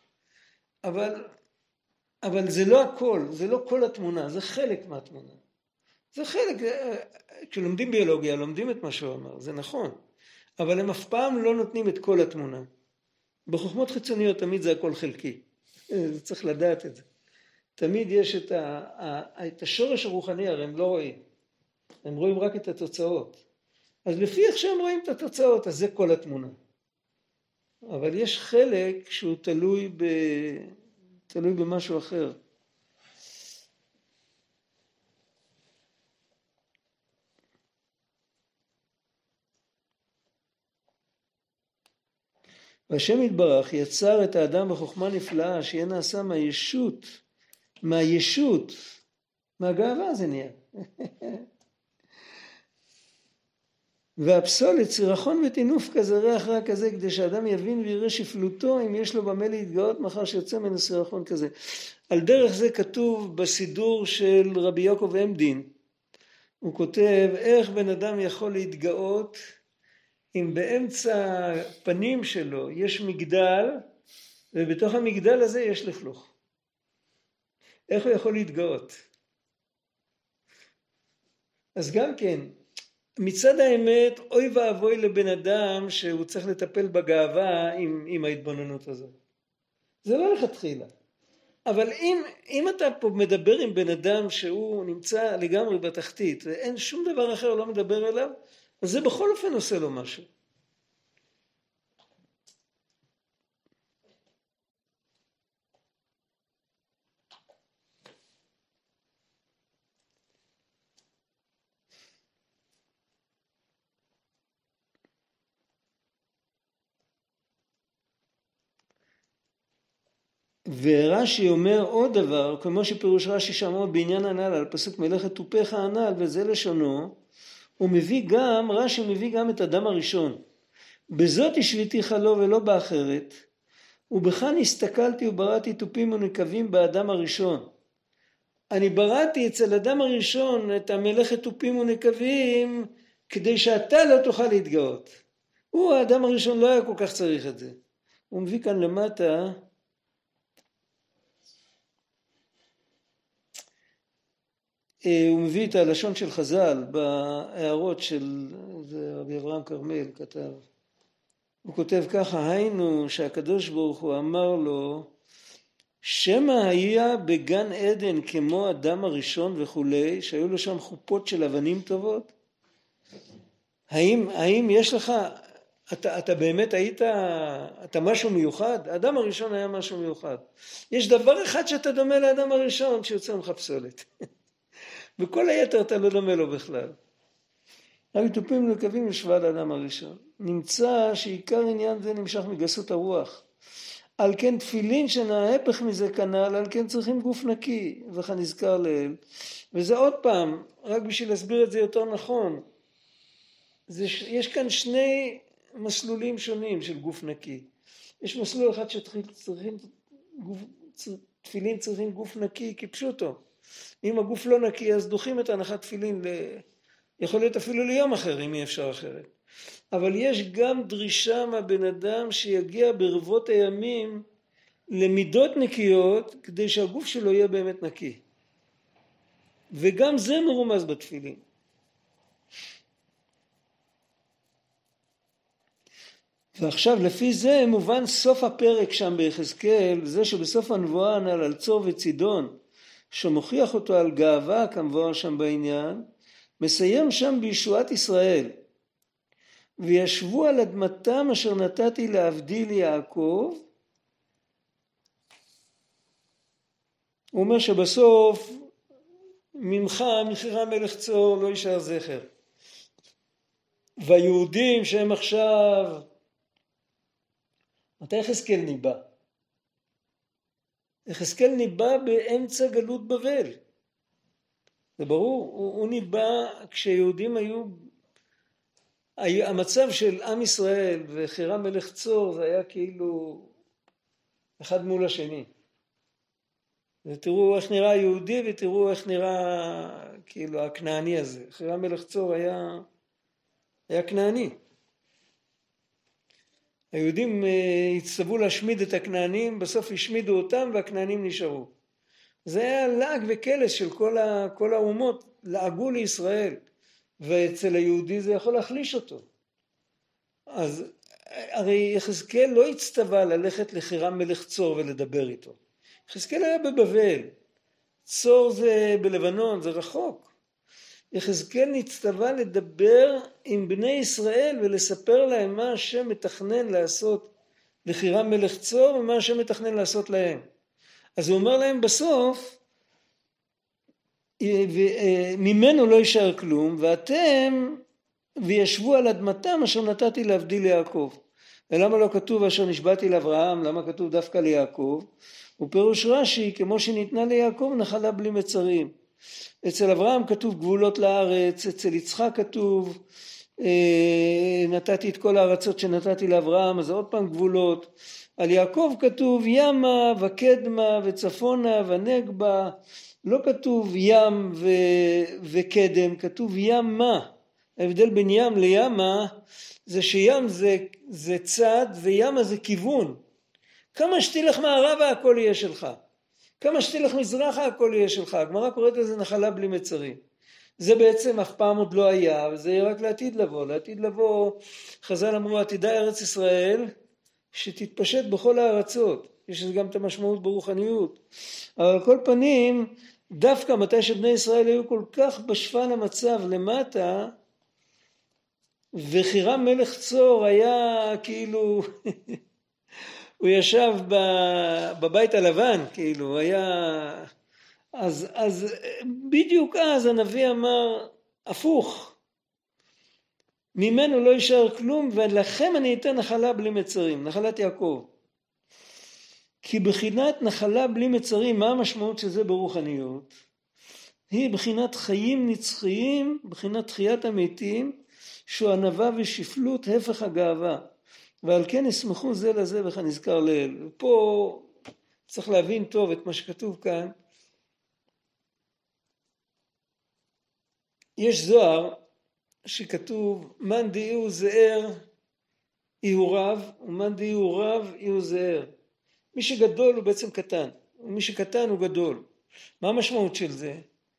אבל זה לא הכל, זה לא כל התמונה, זה חלק מהתמונה. זה חלק, כשלומדים ביולוגיה, לומדים את מה שהוא אמר, זה נכון. אבל הם אף פעם לא נותנים את כל התמונה. בחוכמות חיצוניות תמיד זה הכל חלקי. צריך לדעת את זה. תמיד יש את השורש הרוחני, הרי הם לא רואים. הם רואים רק את התוצאות. אז לפי איך שהם רואים את התוצאות, אז זה כל התמונה. אבל יש חלק שהוא תלוי במשהו אחר. והשם יתברך יצר את האדם בחוכמה נפלאה, שיהיה נעשה מהישות, מהגאווה זה נהיה. והפסולת, סירחון ותינוף כזה, ריח רע כזה, כדי שאדם יבין ויראה שפלותו, אם יש לו במה להתגאות מחר שיוצא ממנו סירחון כזה. על דרך זה כתוב בסידור של רבי יעקב עמדין. הוא כותב, איך בן אדם יכול להתגאות, אם באמצע הפנים שלו יש מגדל, ובתוך המגדל הזה יש לכלוך. איך הוא יכול להתגאות? אז גם כן, מצד האמת, אוי ואבוי לבן אדם שהוא צריך לטפל בגאווה עם ההתבוננות הזאת. זה לא לכתחילה. אבל אם אתה פה מדבר עם בן אדם שהוא נמצא לגמרי בתחתית, ואין שום דבר אחר לא מדבר אליו, אז זה בכל אופן עושה לו משהו. ורש"י אומר עוד דבר, כמו שפירוש רש"י שאמר בעניין הנ"ל על פסוק מלאכת טופך הנ"ל, וזה לשונו, רש"י מביא גם את אדם הראשון. בזאת השביתיך לו ולא באחרת, ובכאן הסתכלתי ובראתי טופים ונקבים באדם הראשון. אני בראתי אצל אדם הראשון את המלאכת טופים ונקבים, כדי שאתה לא תוכל להתגאות. הוא, האדם הראשון, לא היה כל כך צריך את זה. הוא מביא כאן למטה, הוא מביא את הלשון של חז"ל בהערות של רבי אברהם כרמל כתב. הוא כותב ככה, היינו שהקדוש ברוך הוא אמר לו, שמא היה בגן עדן כמו אדם הראשון וכולי, שהיו לו שם חופות של אבנים טובות? האם יש לך, אתה באמת היית, אתה משהו מיוחד? האדם הראשון היה משהו מיוחד. יש דבר אחד שאתה דומה לאדם הראשון, שיוצא ממך פסולת. וכל היתר אתה לא דומה לו בכלל. רק טופים ונקבים לשוואה לאדם הראשון. נמצא שעיקר עניין זה נמשך מגסות הרוח. על כן תפילין שנהפך מזה כנ"ל, על כן צריכים גוף נקי, וכן נזכר לאל. וזה עוד פעם, רק בשביל להסביר את זה יותר נכון, יש כאן שני מסלולים שונים של גוף נקי. יש מסלול אחד תפילין צריכים גוף נקי כפשוטו. אם הגוף לא נקי, אז דוחים את הנחת תפילין, יכול להיות אפילו ליום אחר, אם אי אפשר אחרת. אבל יש גם דרישה מהבן אדם שיגיע ברבות הימים למידות נקיות, כדי שהגוף שלו יהיה באמת נקי. וגם זה מרומז בתפילין. ועכשיו לפי זה מובן סוף הפרק שם ביחזקאל, זה שבסוף הנבואה על צור וצידון, שמוכיח אותו על גאווה כמבואר שם בעניין, מסיים שם בישועת ישראל. וישבו על אדמתם אשר נתתי להבדיל יעקב. הוא אומר שבסוף ממך מחירה מלך צור לא יישאר זכר. והיהודים שהם עכשיו, מתי יחזקאל ניבא? יחזקאל ניבא באמצע גלות בבל. זה ברור, הוא ניבא כשיהודים היו המצב של עם ישראל וחירם מלך צור זה היה כאילו אחד מול השני. ותראו איך נראה היהודי ותראו איך נראה כאילו הכנעני הזה. חירם מלך צור היה כנעני. היהודים הצטוו להשמיד את הכנענים, בסוף השמידו אותם והכנענים נשארו. זה היה לעג וקלס של כל האומות, לעגו לישראל, ואצל היהודי זה יכול להחליש אותו. אז הרי יחזקאל לא הצטווה ללכת לחירם מלך צור ולדבר איתו. יחזקאל היה בבבל, צור זה בלבנון, זה רחוק. יחזקאל נצטווה לדבר עם בני ישראל ולספר להם מה השם מתכנן לעשות לחירם מלך צור ומה השם מתכנן לעשות להם. אז הוא אומר להם בסוף, ממנו לא יישאר כלום, ואתם וישבו על אדמתם אשר נתתי להבדיל ליעקב. ולמה לא כתוב אשר נשבעתי לאברהם, למה כתוב דווקא ליעקב? ופירוש רש"י, כמו שניתנה ליעקב נחלה בלי מצרים. אצל אברהם כתוב גבולות לארץ, אצל יצחק כתוב נתתי את כל הארצות שנתתי לאברהם, אז עוד פעם גבולות. על יעקב כתוב ימה וקדמה וצפונה ונגבה, לא כתוב ים וקדם, כתוב ימה. ההבדל בין ים לימה זה שים זה צד וימה זה כיוון. כמה שתלך מערבה הכל יהיה שלך. כמה שתלך מזרחה הכל יהיה שלך. הגמרא קוראת לזה נחלה בלי מצרים. זה בעצם אף פעם עוד לא היה, וזה יהיה רק לעתיד לבוא. לעתיד לבוא, חז"ל אמרו עתידה ארץ ישראל שתתפשט בכל הארצות. יש גם את המשמעות ברוחניות. אבל על כל פנים, דווקא מתי שבני ישראל היו כל כך בשפל המצב למטה, וחירם מלך צור היה כאילו, הוא ישב בבית הלבן, כאילו, היה, אז בדיוק אז הנביא אמר, הפוך, ממנו לא יישאר כלום, ולכם אני אתן נחלה בלי מצרים, נחלת יעקב. כי בחינת נחלה בלי מצרים, מה המשמעות של זה ברוחניות? היא בחינת חיים נצחיים, בחינת תחיית המתים, שהוא ענווה ושפלות, הפך הגאווה. ועל כן ישמחו זה לזה וכנזכר לאל. ופה צריך להבין טוב את מה שכתוב כאן. יש זוהר שכתוב, מן דאיהו זעיר איהו רב, ומן דאיהו רב איהו זעיר. מי שגדול הוא בעצם קטן, ומי שקטן הוא גדול. מה המשמעות של זה?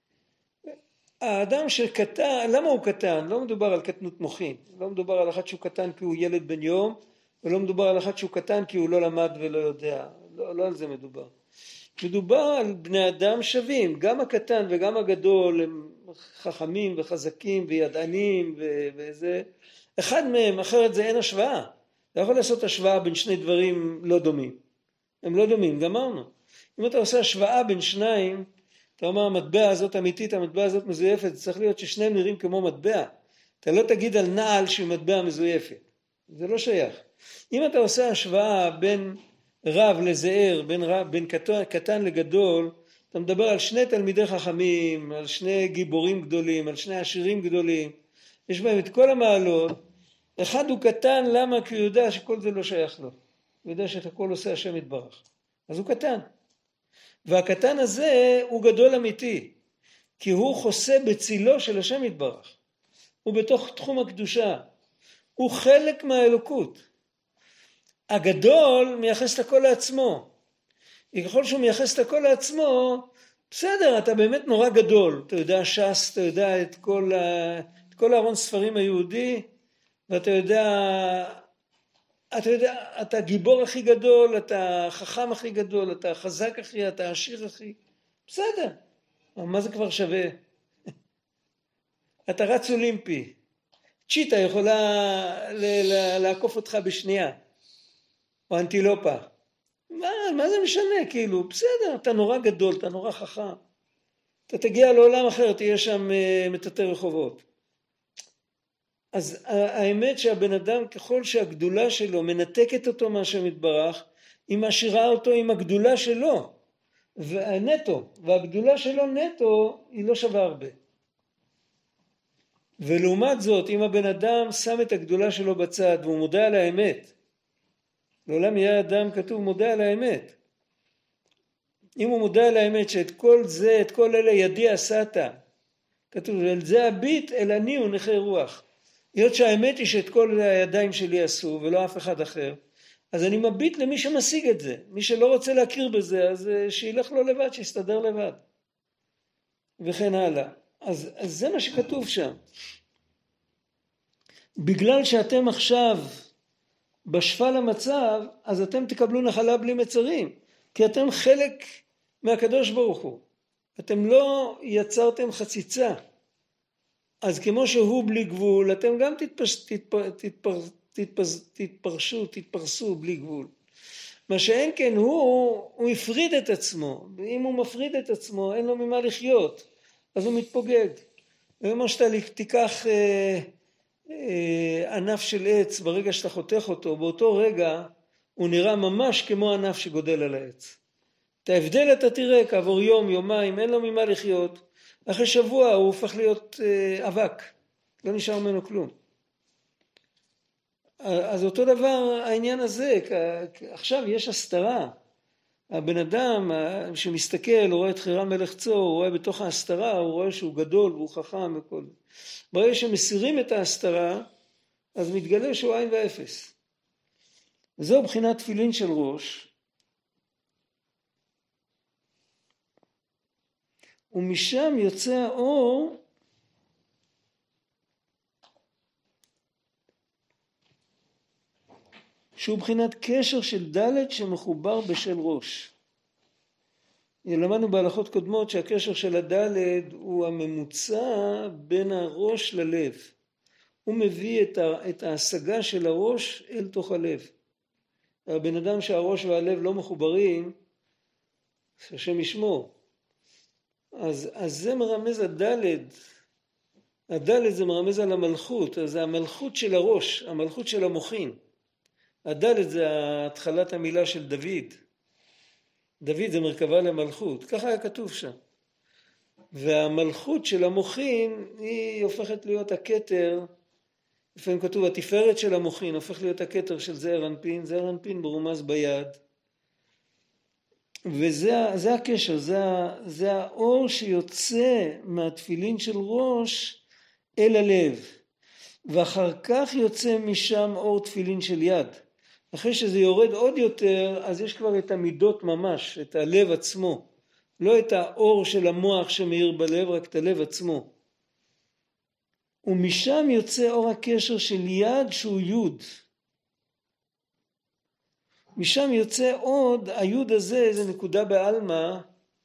האדם שקטן, למה הוא קטן? לא מדובר על קטנות מוחין. לא מדובר על אחד שהוא קטן כי הוא ילד בן יום, ולא מדובר על אחד שהוא קטן כי הוא לא למד ולא יודע. לא על זה מדובר. מדובר על בני אדם שווים. גם הקטן וגם הגדול הם חכמים וחזקים וידענים וזה. אחד מהם, אחרת זה אין השוואה. אתה יכול לעשות השוואה בין שני דברים לא דומים. הם לא דומים, גמרנו. אם אתה עושה השוואה בין שניים, אתה אומר, המטבע הזאת אמיתית, המטבע הזאת מזויפת, צריך להיות ששניהם נראים כמו מטבע. אתה לא תגיד על נעל שהוא מטבע מזויפת. זה לא שייך. אם אתה עושה השוואה בין רב לזעיר, בין קטן לגדול, אתה מדבר על שני תלמידי חכמים, על שני גיבורים גדולים, על שני עשירים גדולים. יש בהם את כל המעלות. אחד הוא קטן, למה? כי הוא יודע שכל זה לא שייך לו. הוא יודע שאת הכל עושה השם יתברך. אז הוא קטן. והקטן הזה הוא גדול אמיתי, כי הוא חוסה בצילו של השם יתברך. הוא בתוך תחום הקדושה. הוא חלק מהאלוקות. הגדול מייחס את הכל לעצמו. ככל שהוא מייחס את הכל לעצמו, בסדר, אתה באמת נורא גדול. אתה יודע ש"ס, אתה יודע את כל ארון ספרים היהודי, ואתה יודע, אתה גיבור הכי גדול, אתה חכם הכי גדול, אתה חזק הכי, אתה עשיר הכי. בסדר. אבל מה זה כבר שווה? אתה רץ אולימפי. צ'יטה יכולה לעקוף אותך בשנייה. או אנטילופה. מה זה משנה? כאילו, בסדר, אתה נורא גדול, אתה נורא חכם. אתה תגיע לעולם אחר, תהיה שם מטאטא רחובות. אז האמת שהבן אדם, ככל שהגדולה שלו מנתקת אותו מהשם יתברך, היא משאירה אותו עם הגדולה שלו, נטו, והגדולה שלו נטו היא לא שווה הרבה. ולעומת זאת, אם הבן אדם שם את הגדולה שלו בצד והוא מודה על האמת, לעולם יהיה אדם כתוב מודה על האמת. אם הוא מודה על האמת שאת כל זה, את כל אלה ידי עשת, כתוב, אל זה הביט, אל אני הוא נכה רוח. היות שהאמת היא שאת כל הידיים שלי עשו ולא אף אחד אחר, אז אני מביט למי שמשיג את זה. מי שלא רוצה להכיר בזה, אז שילך לו לבד, שיסתדר לבד. וכן הלאה. אז זה מה שכתוב שם. בגלל שאתם עכשיו בשפל המצב, אז אתם תקבלו נחלה בלי מצרים. כי אתם חלק מהקדוש ברוך הוא. אתם לא יצרתם חציצה. אז כמו שהוא בלי גבול, אתם גם תתפרסו בלי גבול. מה שאין כן הוא הפריד את עצמו. ואם הוא מפריד את עצמו, אין לו ממה לחיות. אז הוא מתפוגג. כמו שאתה תיקח ענף של עץ, ברגע שאתה חותך אותו, באותו רגע הוא נראה ממש כמו ענף שגודל על העץ. את ההבדל אתה תראה, כעבור יום, יומיים, אין לו ממה לחיות. אחרי שבוע הוא הופך להיות אבק. לא נשאר ממנו כלום. אז אותו דבר העניין הזה, עכשיו יש הסתרה. הבן אדם שמסתכל, הוא רואה את חירם מלך צור, הוא רואה בתוך ההסתרה, הוא רואה שהוא גדול והוא חכם וכל. ברגע שמסירים את ההסתרה, אז מתגלה שהוא עין ואפס. וזו בחינת תפילין של ראש. ומשם יוצא האור שהוא בחינת קשר של דלת שמחובר בשל ראש. למדנו בהלכות קודמות שהקשר של הדלת הוא הממוצע בין הראש ללב. הוא מביא את ההשגה של הראש אל תוך הלב. הבן אדם שהראש והלב לא מחוברים, השם ישמור. אז זה מרמז הדלת. הדלת זה מרמז על המלכות. אז זה המלכות של הראש, המלכות של המוחין. הדלת זה התחלת המילה של דוד. דוד זה מרכבה למלכות. ככה היה כתוב שם. והמלכות של המוחין היא הופכת להיות הכתר. לפעמים כתוב התפארת של המוחין הופך להיות הכתר של זעיר אנפין. זעיר אנפין ברומז ביד. וזה הקשר, זה האור שיוצא מהתפילין של ראש אל הלב. ואחר כך יוצא משם אור תפילין של יד. אחרי שזה יורד עוד יותר, אז יש כבר את המידות ממש, את הלב עצמו. לא את האור של המוח שמאיר בלב, רק את הלב עצמו. ומשם יוצא אור הקשר של יד שהוא יוד. משם יוצא עוד, היוד הזה, זה נקודה בעלמא,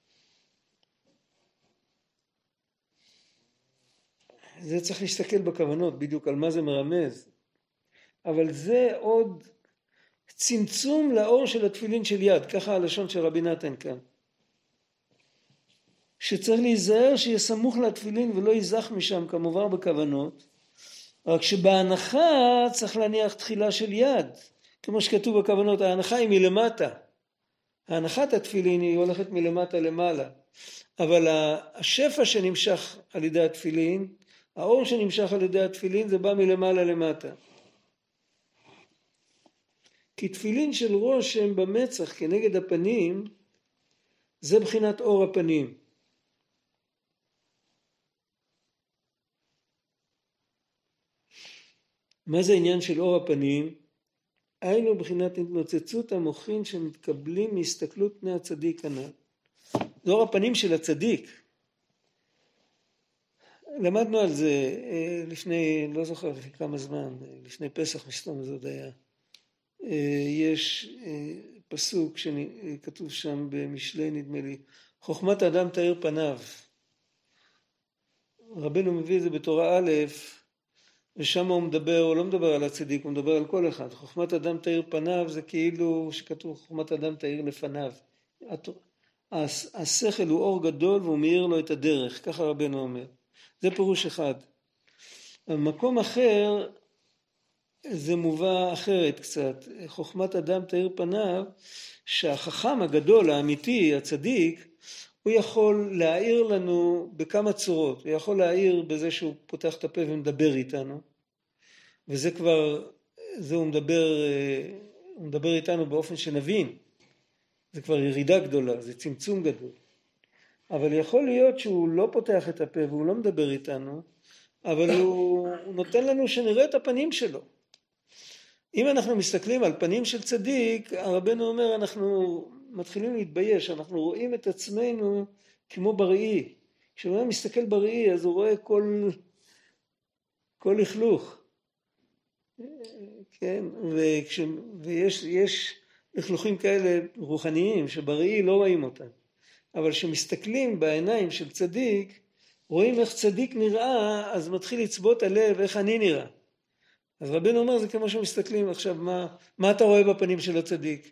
זה צריך להסתכל בכוונות בדיוק על מה זה מרמז. אבל זה עוד צמצום לאור של התפילין של יד, ככה הלשון של רבי נתן כאן. שצריך להיזהר שיהיה סמוך לתפילין ולא ייזח משם כמובן בכוונות, רק שבהנחה צריך להניח תחילה של יד, כמו שכתוב בכוונות, ההנחה היא מלמטה. ההנחת התפילין היא הולכת מלמטה למעלה, אבל השפע שנמשך על ידי התפילין, האור שנמשך על ידי התפילין זה בא מלמעלה למטה. כי תפילין של ראש שהם במצח כנגד הפנים, זה בחינת אור הפנים. מה זה העניין של אור הפנים? היינו בחינת התנוצצות המוחין שמתקבלים מהסתכלות פני הצדיק הנ"ל. זה אור הפנים של הצדיק. למדנו על זה לפני, לא זוכר לפני כמה זמן, לפני פסח מסתום זה עוד היה. יש פסוק שכתוב שם במשלי נדמה לי, חוכמת האדם תאיר פניו. רבנו מביא את זה בתורה א', ושם הוא מדבר, הוא לא מדבר על הצדיק, הוא מדבר על כל אחד. חוכמת אדם תאיר פניו זה כאילו שכתוב חוכמת אדם תאיר לפניו. השכל הוא אור גדול והוא מאיר לו את הדרך, ככה רבנו אומר. זה פירוש אחד. במקום אחר זה מובא אחרת קצת. חוכמת אדם תאיר פניו, שהחכם הגדול, האמיתי, הצדיק, הוא יכול להעיר לנו בכמה צורות. הוא יכול להעיר בזה שהוא פותח את הפה ומדבר איתנו. וזה כבר, זה הוא מדבר איתנו באופן שנבין. זה כבר ירידה גדולה, זה צמצום גדול. אבל יכול להיות שהוא לא פותח את הפה והוא לא מדבר איתנו, אבל הוא נותן לנו שנראה את הפנים שלו. אם אנחנו מסתכלים על פנים של צדיק, הרבנו אומר, אנחנו מתחילים להתבייש, אנחנו רואים את עצמנו כמו בראי. כשהוא מסתכל בראי, אז הוא רואה כל לכלוך. כן, ויש לכלוכים כאלה רוחניים שבראי לא רואים אותם. אבל כשמסתכלים בעיניים של צדיק, רואים איך צדיק נראה, אז מתחיל לצבות הלב איך אני נראה. אז רבנו אומר, זה כמו שמסתכלים עכשיו, מה אתה רואה בפנים של הצדיק?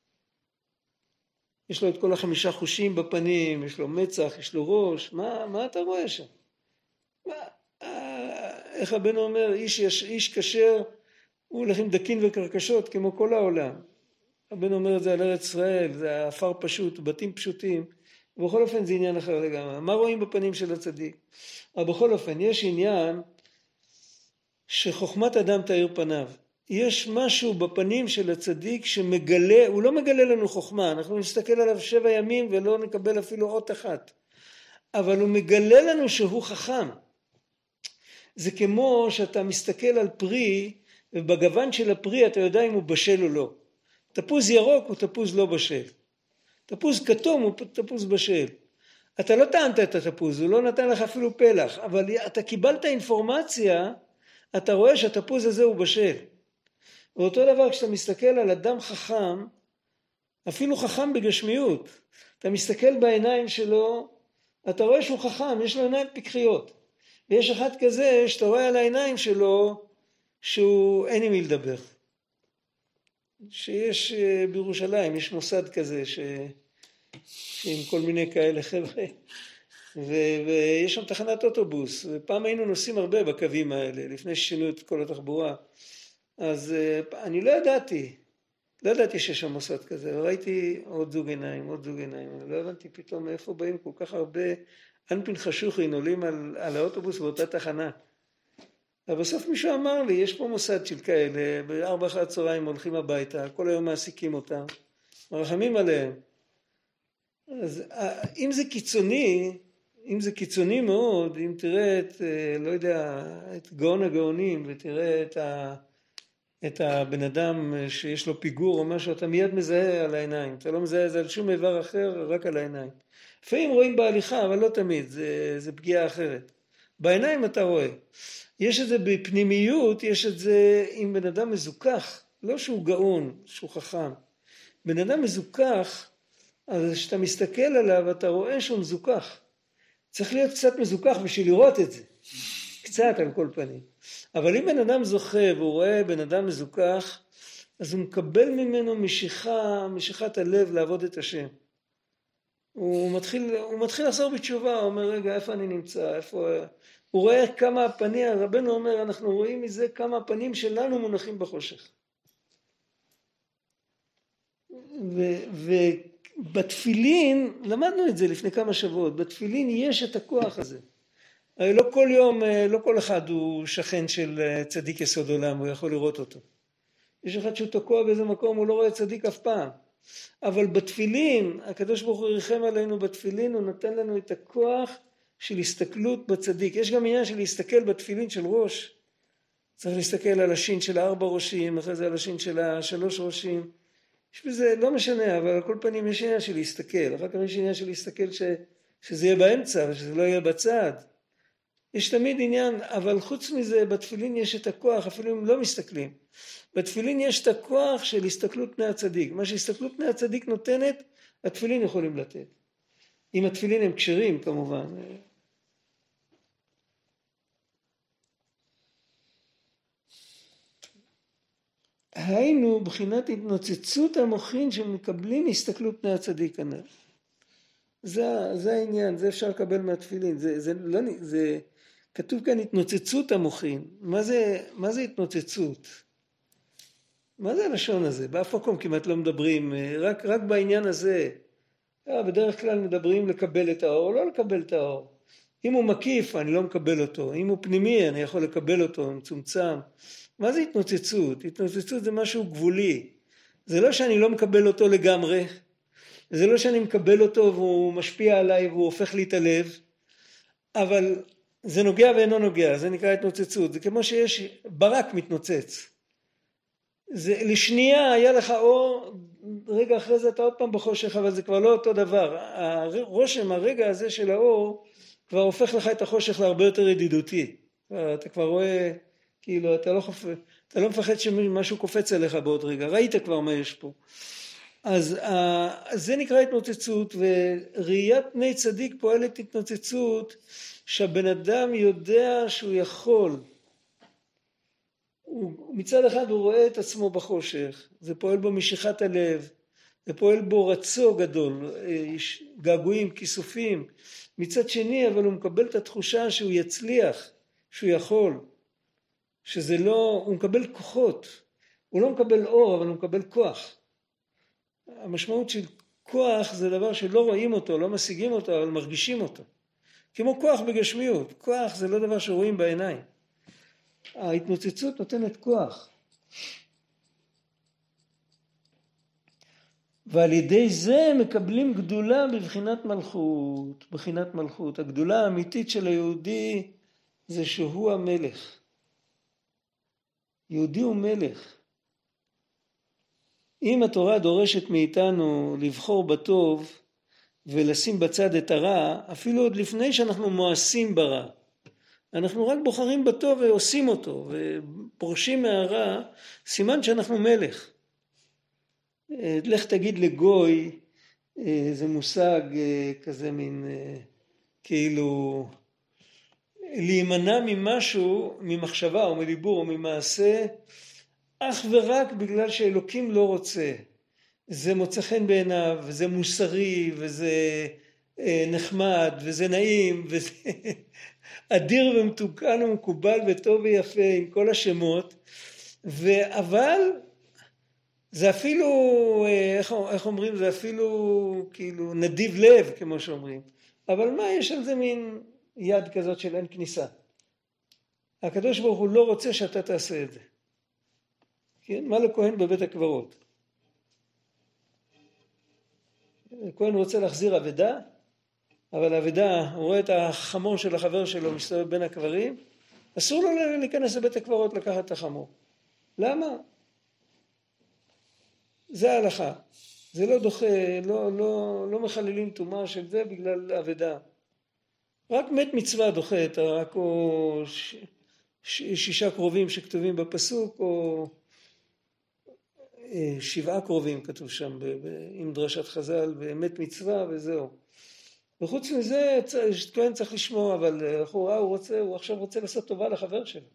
יש לו את כל 5 חושים בפנים, יש לו מצח, יש לו ראש, מה אתה רואה שם? איך רבנו אומר, איש כשר, הוא הולך עם דקין וקרקשות כמו כל העולם. רבנו אומר את זה על ארץ ישראל, זה עפר פשוט, בתים פשוטים, ובכל אופן זה עניין אחר לגמרי. מה רואים בפנים של הצדיק? אבל בכל אופן, יש עניין שחוכמת אדם תאיר פניו. יש משהו בפנים של הצדיק שמגלה, הוא לא מגלה לנו חוכמה, אנחנו נסתכל עליו 7 ימים ולא נקבל אפילו אות אחת. אבל הוא מגלה לנו שהוא חכם. זה כמו שאתה מסתכל על פרי, ובגוון של הפרי אתה יודע אם הוא בשל או לא. תפוז ירוק הוא תפוז לא בשל. תפוז כתום הוא תפוז בשל. אתה לא טענת את התפוז, הוא לא נתן לך אפילו פלח, אבל אתה קיבלת אינפורמציה, אתה רואה שהתפוז הזה הוא בשל. ואותו דבר כשאתה מסתכל על אדם חכם, אפילו חכם בגשמיות, אתה מסתכל בעיניים שלו, אתה רואה שהוא חכם, יש לו עיניים פיקחיות. ויש אחד כזה שאתה רואה על העיניים שלו, שהוא אין עם מי לדבר. שיש בירושלים, יש מוסד כזה, עם כל מיני כאלה חבר'ה, ויש שם תחנת אוטובוס, ופעם היינו נוסעים הרבה בקווים האלה, לפני ששינו את כל התחבורה, אז אני לא ידעתי שיש שם מוסד כזה, וראיתי עוד זוג עיניים, אני לא הבנתי פתאום מאיפה באים כל כך הרבה אנפין חשוכים עולים על האוטובוס באותה תחנה. אבל בסוף מישהו אמר לי, יש פה מוסד של כאלה, ב4 אחר הצהריים הולכים הביתה, כל היום מעסיקים אותם, מרחמים עליהם. אז אם זה קיצוני מאוד, אם תראה את גאון הגאונים, ותראה את הבן אדם שיש לו פיגור או משהו, אתה מיד מזהה על העיניים, אתה לא מזהה זה על שום איבר אחר, רק על העיניים. לפעמים רואים בהליכה, אבל לא תמיד, זה פגיעה אחרת. בעיניים אתה רואה. יש את זה בפנימיות, יש את זה עם בן אדם מזוכח, לא שהוא גאון, שהוא חכם. בן אדם מזוכח, אז כשאתה מסתכל עליו, אתה רואה שהוא מזוכח. צריך להיות קצת מזוכח בשביל לראות את זה. קצת על כל פנים. אבל אם בן אדם זוכה והוא רואה בן אדם מזוכח, אז הוא מקבל ממנו משיכת הלב לעבוד את השם. הוא מתחיל לחזור בתשובה, הוא אומר, רגע, איפה אני נמצא? הוא רואה כמה הפנים, רבנו אומר, אנחנו רואים מזה כמה הפנים שלנו מונחים בחושך. ובתפילין, למדנו את זה לפני כמה שבועות, בתפילין יש את הכוח הזה. לא כל יום, לא כל אחד הוא שכן של צדיק יסוד עולם, הוא יכול לראות אותו. יש אחד שהוא תקוע באיזה מקום, הוא לא רואה צדיק אף פעם. אבל בתפילין, הקדוש ברוך הוא ריחם עלינו בתפילין, הוא נתן לנו את הכוח של הסתכלות בצדיק. יש גם עניין של להסתכל בתפילין של ראש. צריך להסתכל על השין של 4 ראשים, אחרי זה על השין של 3 ראשים. יש בזה, לא משנה, אבל על כל פנים יש עניין של להסתכל. אחר כך יש עניין של להסתכל שזה יהיה באמצע, ושזה לא יהיה בצד. יש תמיד עניין, אבל חוץ מזה, בתפילין יש את הכוח, אפילו אם לא מסתכלים. בתפילין יש את הכוח של הסתכלות פני הצדיק. מה שהסתכלות פני הצדיק נותנת, התפילין יכולים לתת. אם התפילין הם כשרים, כמובן. היינו בחינת התנוצצות המוחין שמקבלים הסתכלות פני הצדיק הנ"ל. זה העניין, זה אפשר לקבל מהתפילין. זה כתוב כאן התנוצצות המוחין. מה זה התנוצצות? מה זה הלשון הזה? באף מקום כמעט לא מדברים, רק בעניין הזה. בדרך כלל מדברים לקבל את האור, לא לקבל את האור. אם הוא מקיף, אני לא מקבל אותו. אם הוא פנימי, אני יכול לקבל אותו, מצומצם. מה זה התנוצצות? התנוצצות זה משהו גבולי. זה לא שאני לא מקבל אותו לגמרי. זה לא שאני מקבל אותו והוא משפיע עליי והוא הופך לי את הלב. אבל זה נוגע ואינו נוגע, זה נקרא התנוצצות. זה כמו שיש ברק מתנוצץ. זה לשנייה היה לך אור, רגע אחרי זה אתה עוד פעם בחושך, אבל זה כבר לא אותו דבר. הרושם, הרגע הזה של האור, כבר הופך לך את החושך להרבה יותר ידידותי. אתה כבר רואה, כאילו, אתה לא מפחד שמשהו קופץ עליך בעוד רגע. ראית כבר מה יש פה. אז זה נקרא התנוצצות, וראיית פני צדיק פועלת התנוצצות, שהבן אדם יודע שהוא יכול. מצד אחד הוא רואה את עצמו בחושך, זה פועל בו משיכת הלב, זה פועל בו רצו גדול, געגועים, כיסופים. מצד שני, אבל הוא מקבל את התחושה שהוא יצליח, שהוא יכול, שזה לא, הוא מקבל כוחות, הוא לא מקבל אור, אבל הוא מקבל כוח. המשמעות של כוח זה דבר שלא רואים אותו, לא משיגים אותו, אבל מרגישים אותו. כמו כוח בגשמיות, כוח זה לא דבר שרואים בעיניים. ההתנוצצות נותנת כוח. ועל ידי זה מקבלים גדולה בבחינת מלכות, בבחינת מלכות. הגדולה האמיתית של היהודי זה שהוא המלך. יהודי הוא מלך. אם התורה דורשת מאיתנו לבחור בטוב ולשים בצד את הרע, אפילו עוד לפני שאנחנו מואסים ברע, אנחנו רק בוחרים בטוב ועושים אותו ופורשים מהרע, סימן שאנחנו מלך. לך תגיד לגוי, זה מושג כזה מין כאילו להימנע ממשהו, ממחשבה או מדיבור או ממעשה, אך ורק בגלל שאלוקים לא רוצה. זה מוצא חן בעיניו, וזה מוסרי, וזה נחמד, וזה נעים, וזה אדיר ומתוקן ומקובל וטוב ויפה עם כל השמות, אבל זה אפילו, איך אומרים, זה אפילו כאילו נדיב לב, כמו שאומרים. אבל מה, יש על זה מין יד כזאת של אין כניסה. הקדוש ברוך הוא לא רוצה שאתה תעשה את זה. כן? מה לכהן בבית הקברות? הכהן רוצה להחזיר אבדה, אבל האבדה, הוא רואה את החמור של החבר שלו מסתובב בין הקברים, אסור לו להיכנס לבית הקברות לקחת את החמור. למה? זה ההלכה. זה לא דוחה, לא מחללים טומאה של זה בגלל אבדה. רק מת מצווה דוחה את רק או 6 קרובים שכתובים בפסוק, או 7 קרובים כתוב שם עם דרשת חז"ל, ומת מצווה וזהו. וחוץ מזה, כהן צריך לשמוע, אבל הוא עכשיו רוצה לעשות טובה לחבר שלו.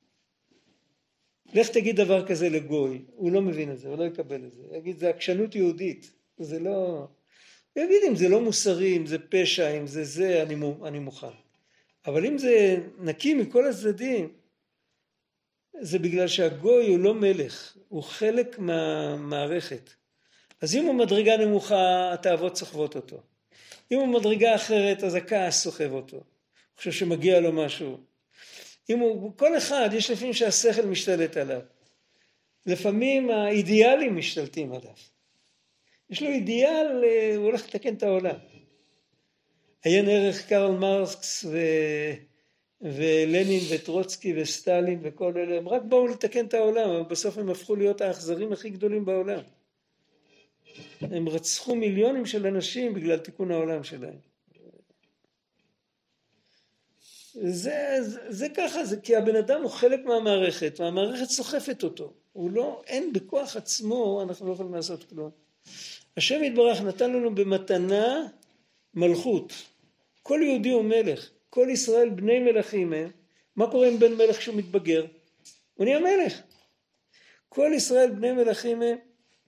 לך תגיד דבר כזה לגוי, הוא לא מבין את זה, הוא לא יקבל את זה. יגיד, זה עקשנות יהודית, זה לא... יגיד, אם זה לא מוסרי, אם זה פשע, אם זה, אני מוכן. אבל אם זה נקי מכל הצדדים, זה בגלל שהגוי הוא לא מלך, הוא חלק מהמערכת. אז אם הוא מדרגה נמוכה, התאוות סוחבות אותו. אם הוא מדרגה אחרת, אז הכעס סוחב אותו. הוא חושב שמגיע לו משהו. כל אחד, יש לפעמים שהשכל משתלט עליו. לפעמים האידיאלים משתלטים עליו. יש לו אידיאל, הוא הולך לתקן את העולם. עיין ערך קרל מרקס ולנין וטרוצקי וסטלין וכל אלה, הם רק באו לתקן את העולם, אבל בסוף הם הפכו להיות האכזרים הכי גדולים בעולם. הם רצחו מיליונים של אנשים בגלל תיקון העולם שלהם. זה ככה, זה כי הבן אדם הוא חלק מהמערכת, והמערכת סוחפת אותו. הוא לא, אין בכוח עצמו, אנחנו לא יכולים לעשות כלום. השם יתברך נתן לנו במתנה מלכות. כל יהודי הוא מלך, כל ישראל בני מלכים הם. מה קורה עם בן מלך כשהוא מתבגר? הוא נהיה מלך. כל ישראל בני מלכים הם.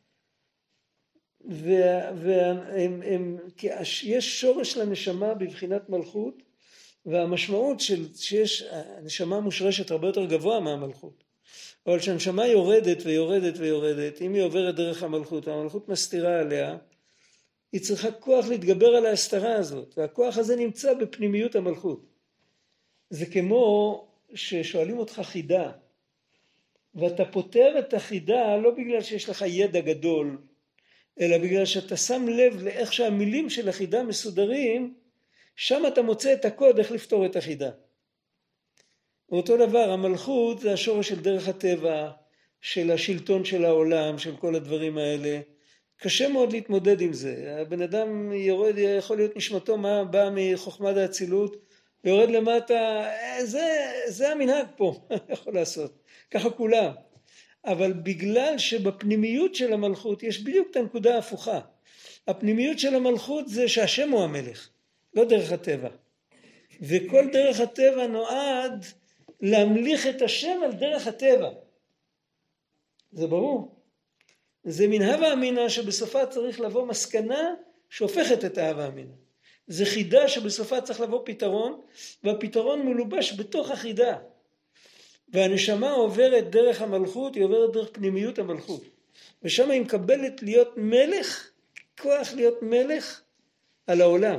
יש שורש לנשמה בבחינת מלכות, והמשמעות שיש, הנשמה מושרשת הרבה יותר גבוה מהמלכות. אבל כשהנשמה יורדת ויורדת ויורדת, אם היא עוברת דרך המלכות, המלכות מסתירה עליה, היא צריכה כוח להתגבר על ההסתרה הזאת, והכוח הזה נמצא בפנימיות המלכות. זה כמו ששואלים אותך חידה, ואתה פותר את החידה לא בגלל שיש לך ידע גדול, אלא בגלל שאתה שם לב לאיך שהמילים של החידה מסודרים, שם אתה מוצא את הקוד איך לפתור את החידה. ואותו דבר, המלכות זה השורש של דרך הטבע, של השלטון של העולם, של כל הדברים האלה. קשה מאוד להתמודד עם זה. הבן אדם יורד, יכול להיות נשמתו מה בא מחוכמת האצילות, יורד למטה, זה המנהג פה, יכול לעשות. ככה כולם. אבל בגלל שבפנימיות של המלכות יש בדיוק את הנקודה ההפוכה. הפנימיות של המלכות זה שהשם הוא המלך, לא דרך הטבע. וכל דרך הטבע נועד להמליך את השם על דרך הטבע. זה ברור. זה מן הווה אמינה שבסופה צריך לבוא מסקנה שהופכת את ההווה אמינה. זה חידה שבסופה צריך לבוא פתרון, והפתרון מלובש בתוך החידה. והנשמה עוברת דרך המלכות, היא עוברת דרך פנימיות המלכות. ושם היא מקבלת להיות מלך, כוח להיות מלך על העולם.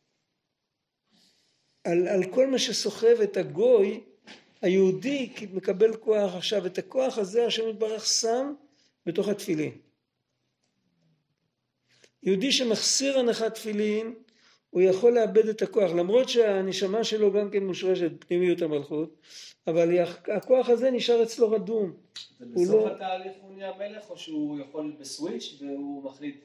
על כל מה שסוחב את הגוי, היהודי מקבל כוח עכשיו, את הכוח הזה השם יתברך שם בתוך התפילין. יהודי שמחסיר הנחת תפילין, הוא יכול לאבד את הכוח, למרות שהנשמה שלו גם כן מושרשת פנימיות המלכות, אבל הכוח הזה נשאר אצלו רדום.
ובסוף התהליך הוא נהיה מלך, או שהוא יכול בסוויץ' והוא מחליט?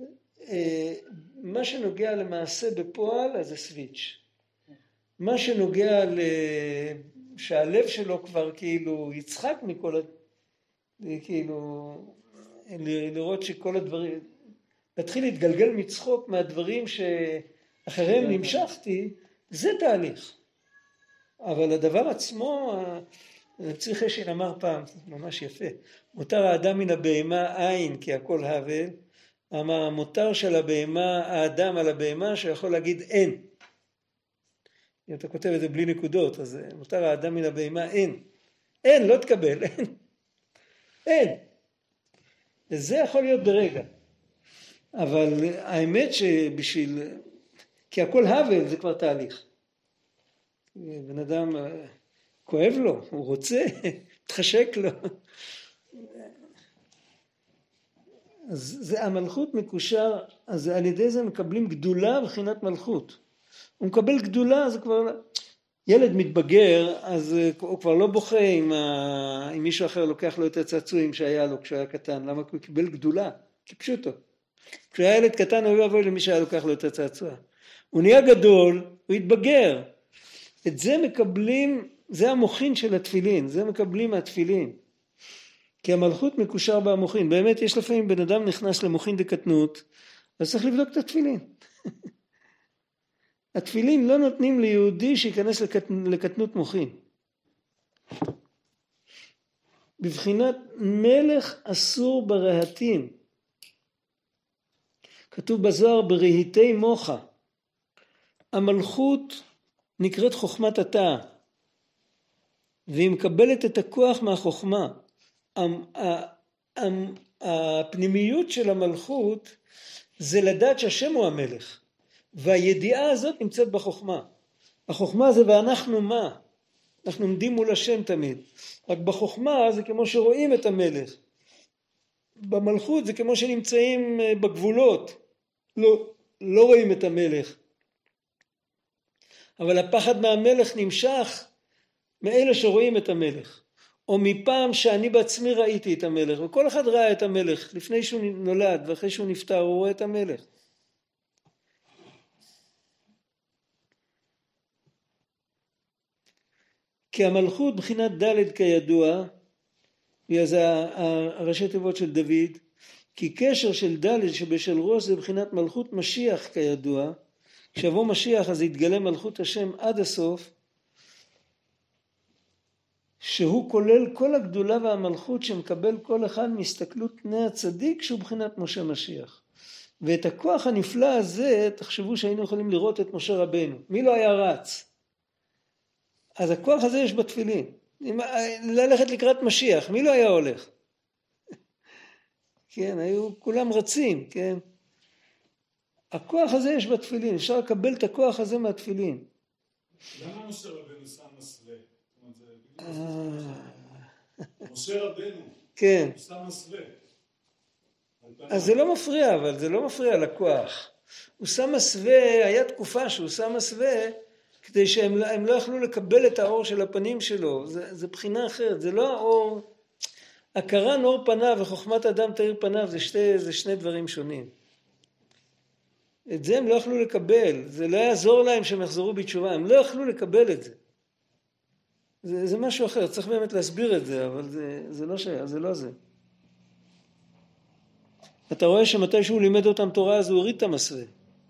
מה שנוגע למעשה בפועל, אז זה סוויץ'. מה שנוגע שהלב שלו כבר כאילו יצחק מכל, כאילו לראות שכל הדברים, להתחיל להתגלגל מצחוק מהדברים שאחריהם נמשכתי, זה תהליך. אבל הדבר עצמו, צריך חשין אמר פעם, ממש יפה, מותר האדם מן הבהמה עין כי הכל הבל, אמר המותר של הבהמה, האדם על הבהמה שיכול להגיד אין. אם אתה כותב את זה בלי נקודות, אז מותר האדם מן הבהמה אין. אין, לא תקבל, אין. אין. וזה יכול להיות ברגע. אבל האמת שבשביל, כי הכל הבל זה כבר תהליך. בן אדם כואב לו, הוא רוצה, מתחשק לו. אז זה, המלכות מקושר, אז על ידי זה מקבלים גדולה בחינת מלכות. הוא מקבל גדולה, זה כבר, ילד מתבגר, אז הוא כבר לא בוכה אם מישהו אחר לוקח לו את הצעצועים שהיה לו כשהוא היה קטן. למה? הוא קיבל גדולה, כי פשוטו. כשהיה ילד קטן הוא יבוא למי שהיה לוקח לו את הצעצוע. הוא נהיה גדול, הוא התבגר. את זה מקבלים, זה המוחין של התפילין, זה מקבלים מהתפילין. כי המלכות מקושר במוחין. באמת יש לפעמים בן אדם נכנס למוחין דקטנות, אז צריך לבדוק את התפילין. התפילין לא נותנים ליהודי שיכנס לקטנות מוחין. בבחינת מלך אסור ברהטים. כתוב בזוהר ברהיטי מוחה. המלכות נקראת חוכמת התא, והיא מקבלת את הכוח מהחוכמה. הפנימיות של המלכות זה לדעת שהשם הוא המלך, והידיעה הזאת נמצאת בחוכמה. החוכמה זה ואנחנו מה? אנחנו עומדים מול השם תמיד. רק בחוכמה זה כמו שרואים את המלך. במלכות זה כמו שנמצאים בגבולות, לא רואים את המלך. אבל הפחד מהמלך נמשך מאלה שרואים את המלך. או מפעם שאני בעצמי ראיתי את המלך. וכל אחד ראה את המלך. לפני שהוא נולד ואחרי שהוא נפטר הוא רואה את המלך. כי המלכות בחינת ד' כידוע, זה הראשי תיבות של דוד, כי קשר של ד' שבשל ראש זה בחינת מלכות משיח כידוע, כשיבוא משיח אז יתגלה מלכות השם עד הסוף, שהוא כולל כל הגדולה והמלכות שמקבל כל אחד מהסתכלות פני הצדיק שהוא בחינת משה משיח. ואת הכוח הנפלא הזה, תחשבו שהיינו יכולים לראות את משה רבנו. מי לא היה רץ? אז הכוח הזה יש בתפילין. ללכת לקראת משיח, מי לא היה הולך? כן, היו כולם רצים, כן. הכוח הזה יש בתפילין, אפשר לקבל את הכוח הזה מהתפילין.
למה משה רבנו שם מסווה? משה רבנו,
כן.
הוא שם מסווה.
אז זה לא מפריע, אבל זה לא מפריע לכוח. הוא שם מסווה, היה תקופה שהוא שם מסווה, כדי שהם לא יכלו לקבל את האור של הפנים שלו. זה בחינה אחרת, זה לא האור. הקרן אור פניו וחוכמת אדם תאיר פניו, זה שני דברים שונים. את זה הם לא יכלו לקבל, זה לא יעזור להם שהם יחזרו בתשובה, הם לא יכלו לקבל את זה. זה משהו אחר, צריך באמת להסביר את זה, אבל זה לא שייך, זה לא זה. אתה רואה שמתי שהוא לימד אותם תורה, אז הוא הוריד את המסווה.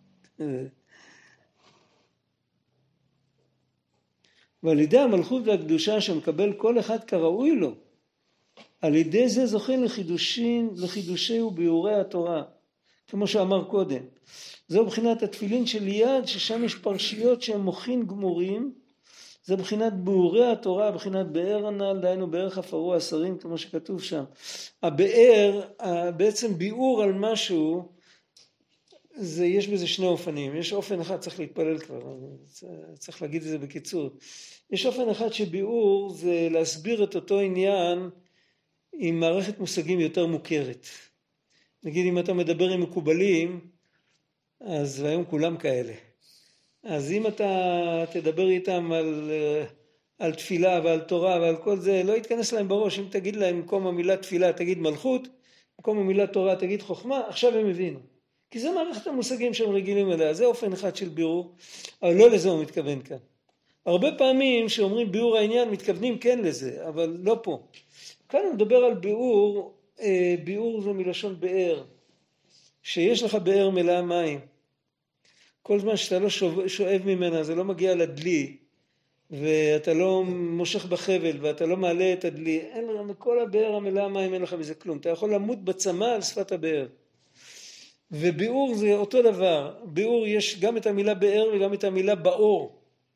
ועל ידי המלכות והקדושה שמקבל כל אחד כראוי לו, על ידי זה זוכים לחידושי וביאורי התורה, כמו שאמר קודם. זו בחינת התפילין של יד, ששם יש פרשיות שהם מוחין גמורים, זה בחינת ביאורי התורה, בחינת באר הנ"ל, דהיינו באר חפרו השרים, כמו שכתוב שם. הבאר, בעצם ביאור על משהו, יש בזה שני אופנים. יש אופן אחד, צריך להתפלל כבר, צריך להגיד את זה בקיצור. יש אופן אחד שביאור זה להסביר את אותו עניין עם מערכת מושגים יותר מוכרת. נגיד אם אתה מדבר עם מקובלים, אז והיום כולם כאלה. אז אם אתה תדבר איתם על תפילה ועל תורה ועל כל זה, לא יתכנס להם בראש. אם תגיד להם במקום המילה תפילה תגיד מלכות, במקום המילה תורה תגיד חוכמה, עכשיו הם הבינו. כי זה מערכת המושגים שהם רגילים אליה, זה אופן אחד של ביאור, אבל לא לזה הוא מתכוון כאן. הרבה פעמים שאומרים ביאור העניין מתכוונים כן לזה, אבל לא פה. כאן הוא מדבר על ביאור, ביאור זה מלשון באר, שיש לך באר מלאה מים. כל זמן שאתה לא שואב ממנה, זה לא מגיע לדלי, ואתה לא מושך בחבל, ואתה לא מעלה את הדלי, אין לך, מכל הבאר המלאה מים אין לך בזה כלום. אתה יכול למות בצמא על שפת הבאר. וביאור זה אותו דבר. ביאור יש גם את המילה באר וגם את המילה באור.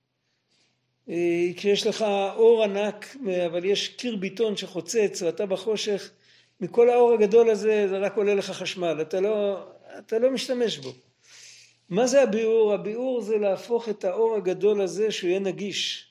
כשיש לך אור ענק, אבל יש קיר ביטון שחוצץ, ואתה בחושך, מכל האור הגדול הזה, זה רק עולה לך חשמל. אתה לא משתמש בו. מה זה הביאור? הביאור זה להפוך את האור הגדול הזה שהוא יהיה נגיש.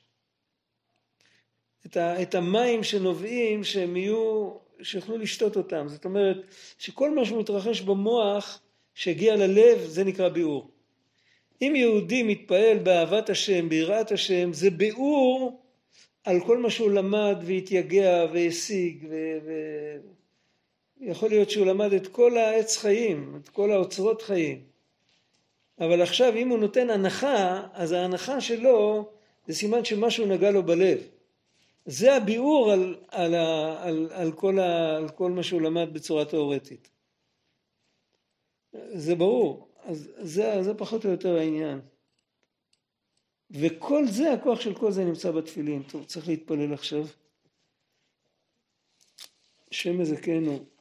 את המים שנובעים שהם שיוכלו לשתות אותם. זאת אומרת שכל מה שמתרחש במוח שהגיע ללב זה נקרא ביאור. אם יהודי מתפעל באהבת השם, ביראת השם, זה ביאור על כל מה שהוא למד והתייגע והשיג ויכול להיות שהוא למד את כל העץ חיים, את כל האוצרות חיים. אבל עכשיו אם הוא נותן הנחה, אז ההנחה שלו זה סימן שמשהו נגע לו בלב. זה הביאור על כל מה שהוא למד בצורה תיאורטית. זה ברור. אז זה פחות או יותר העניין. וכל זה, הכוח של כל זה נמצא בתפילין. טוב, צריך להתפלל עכשיו. השם יזכנו.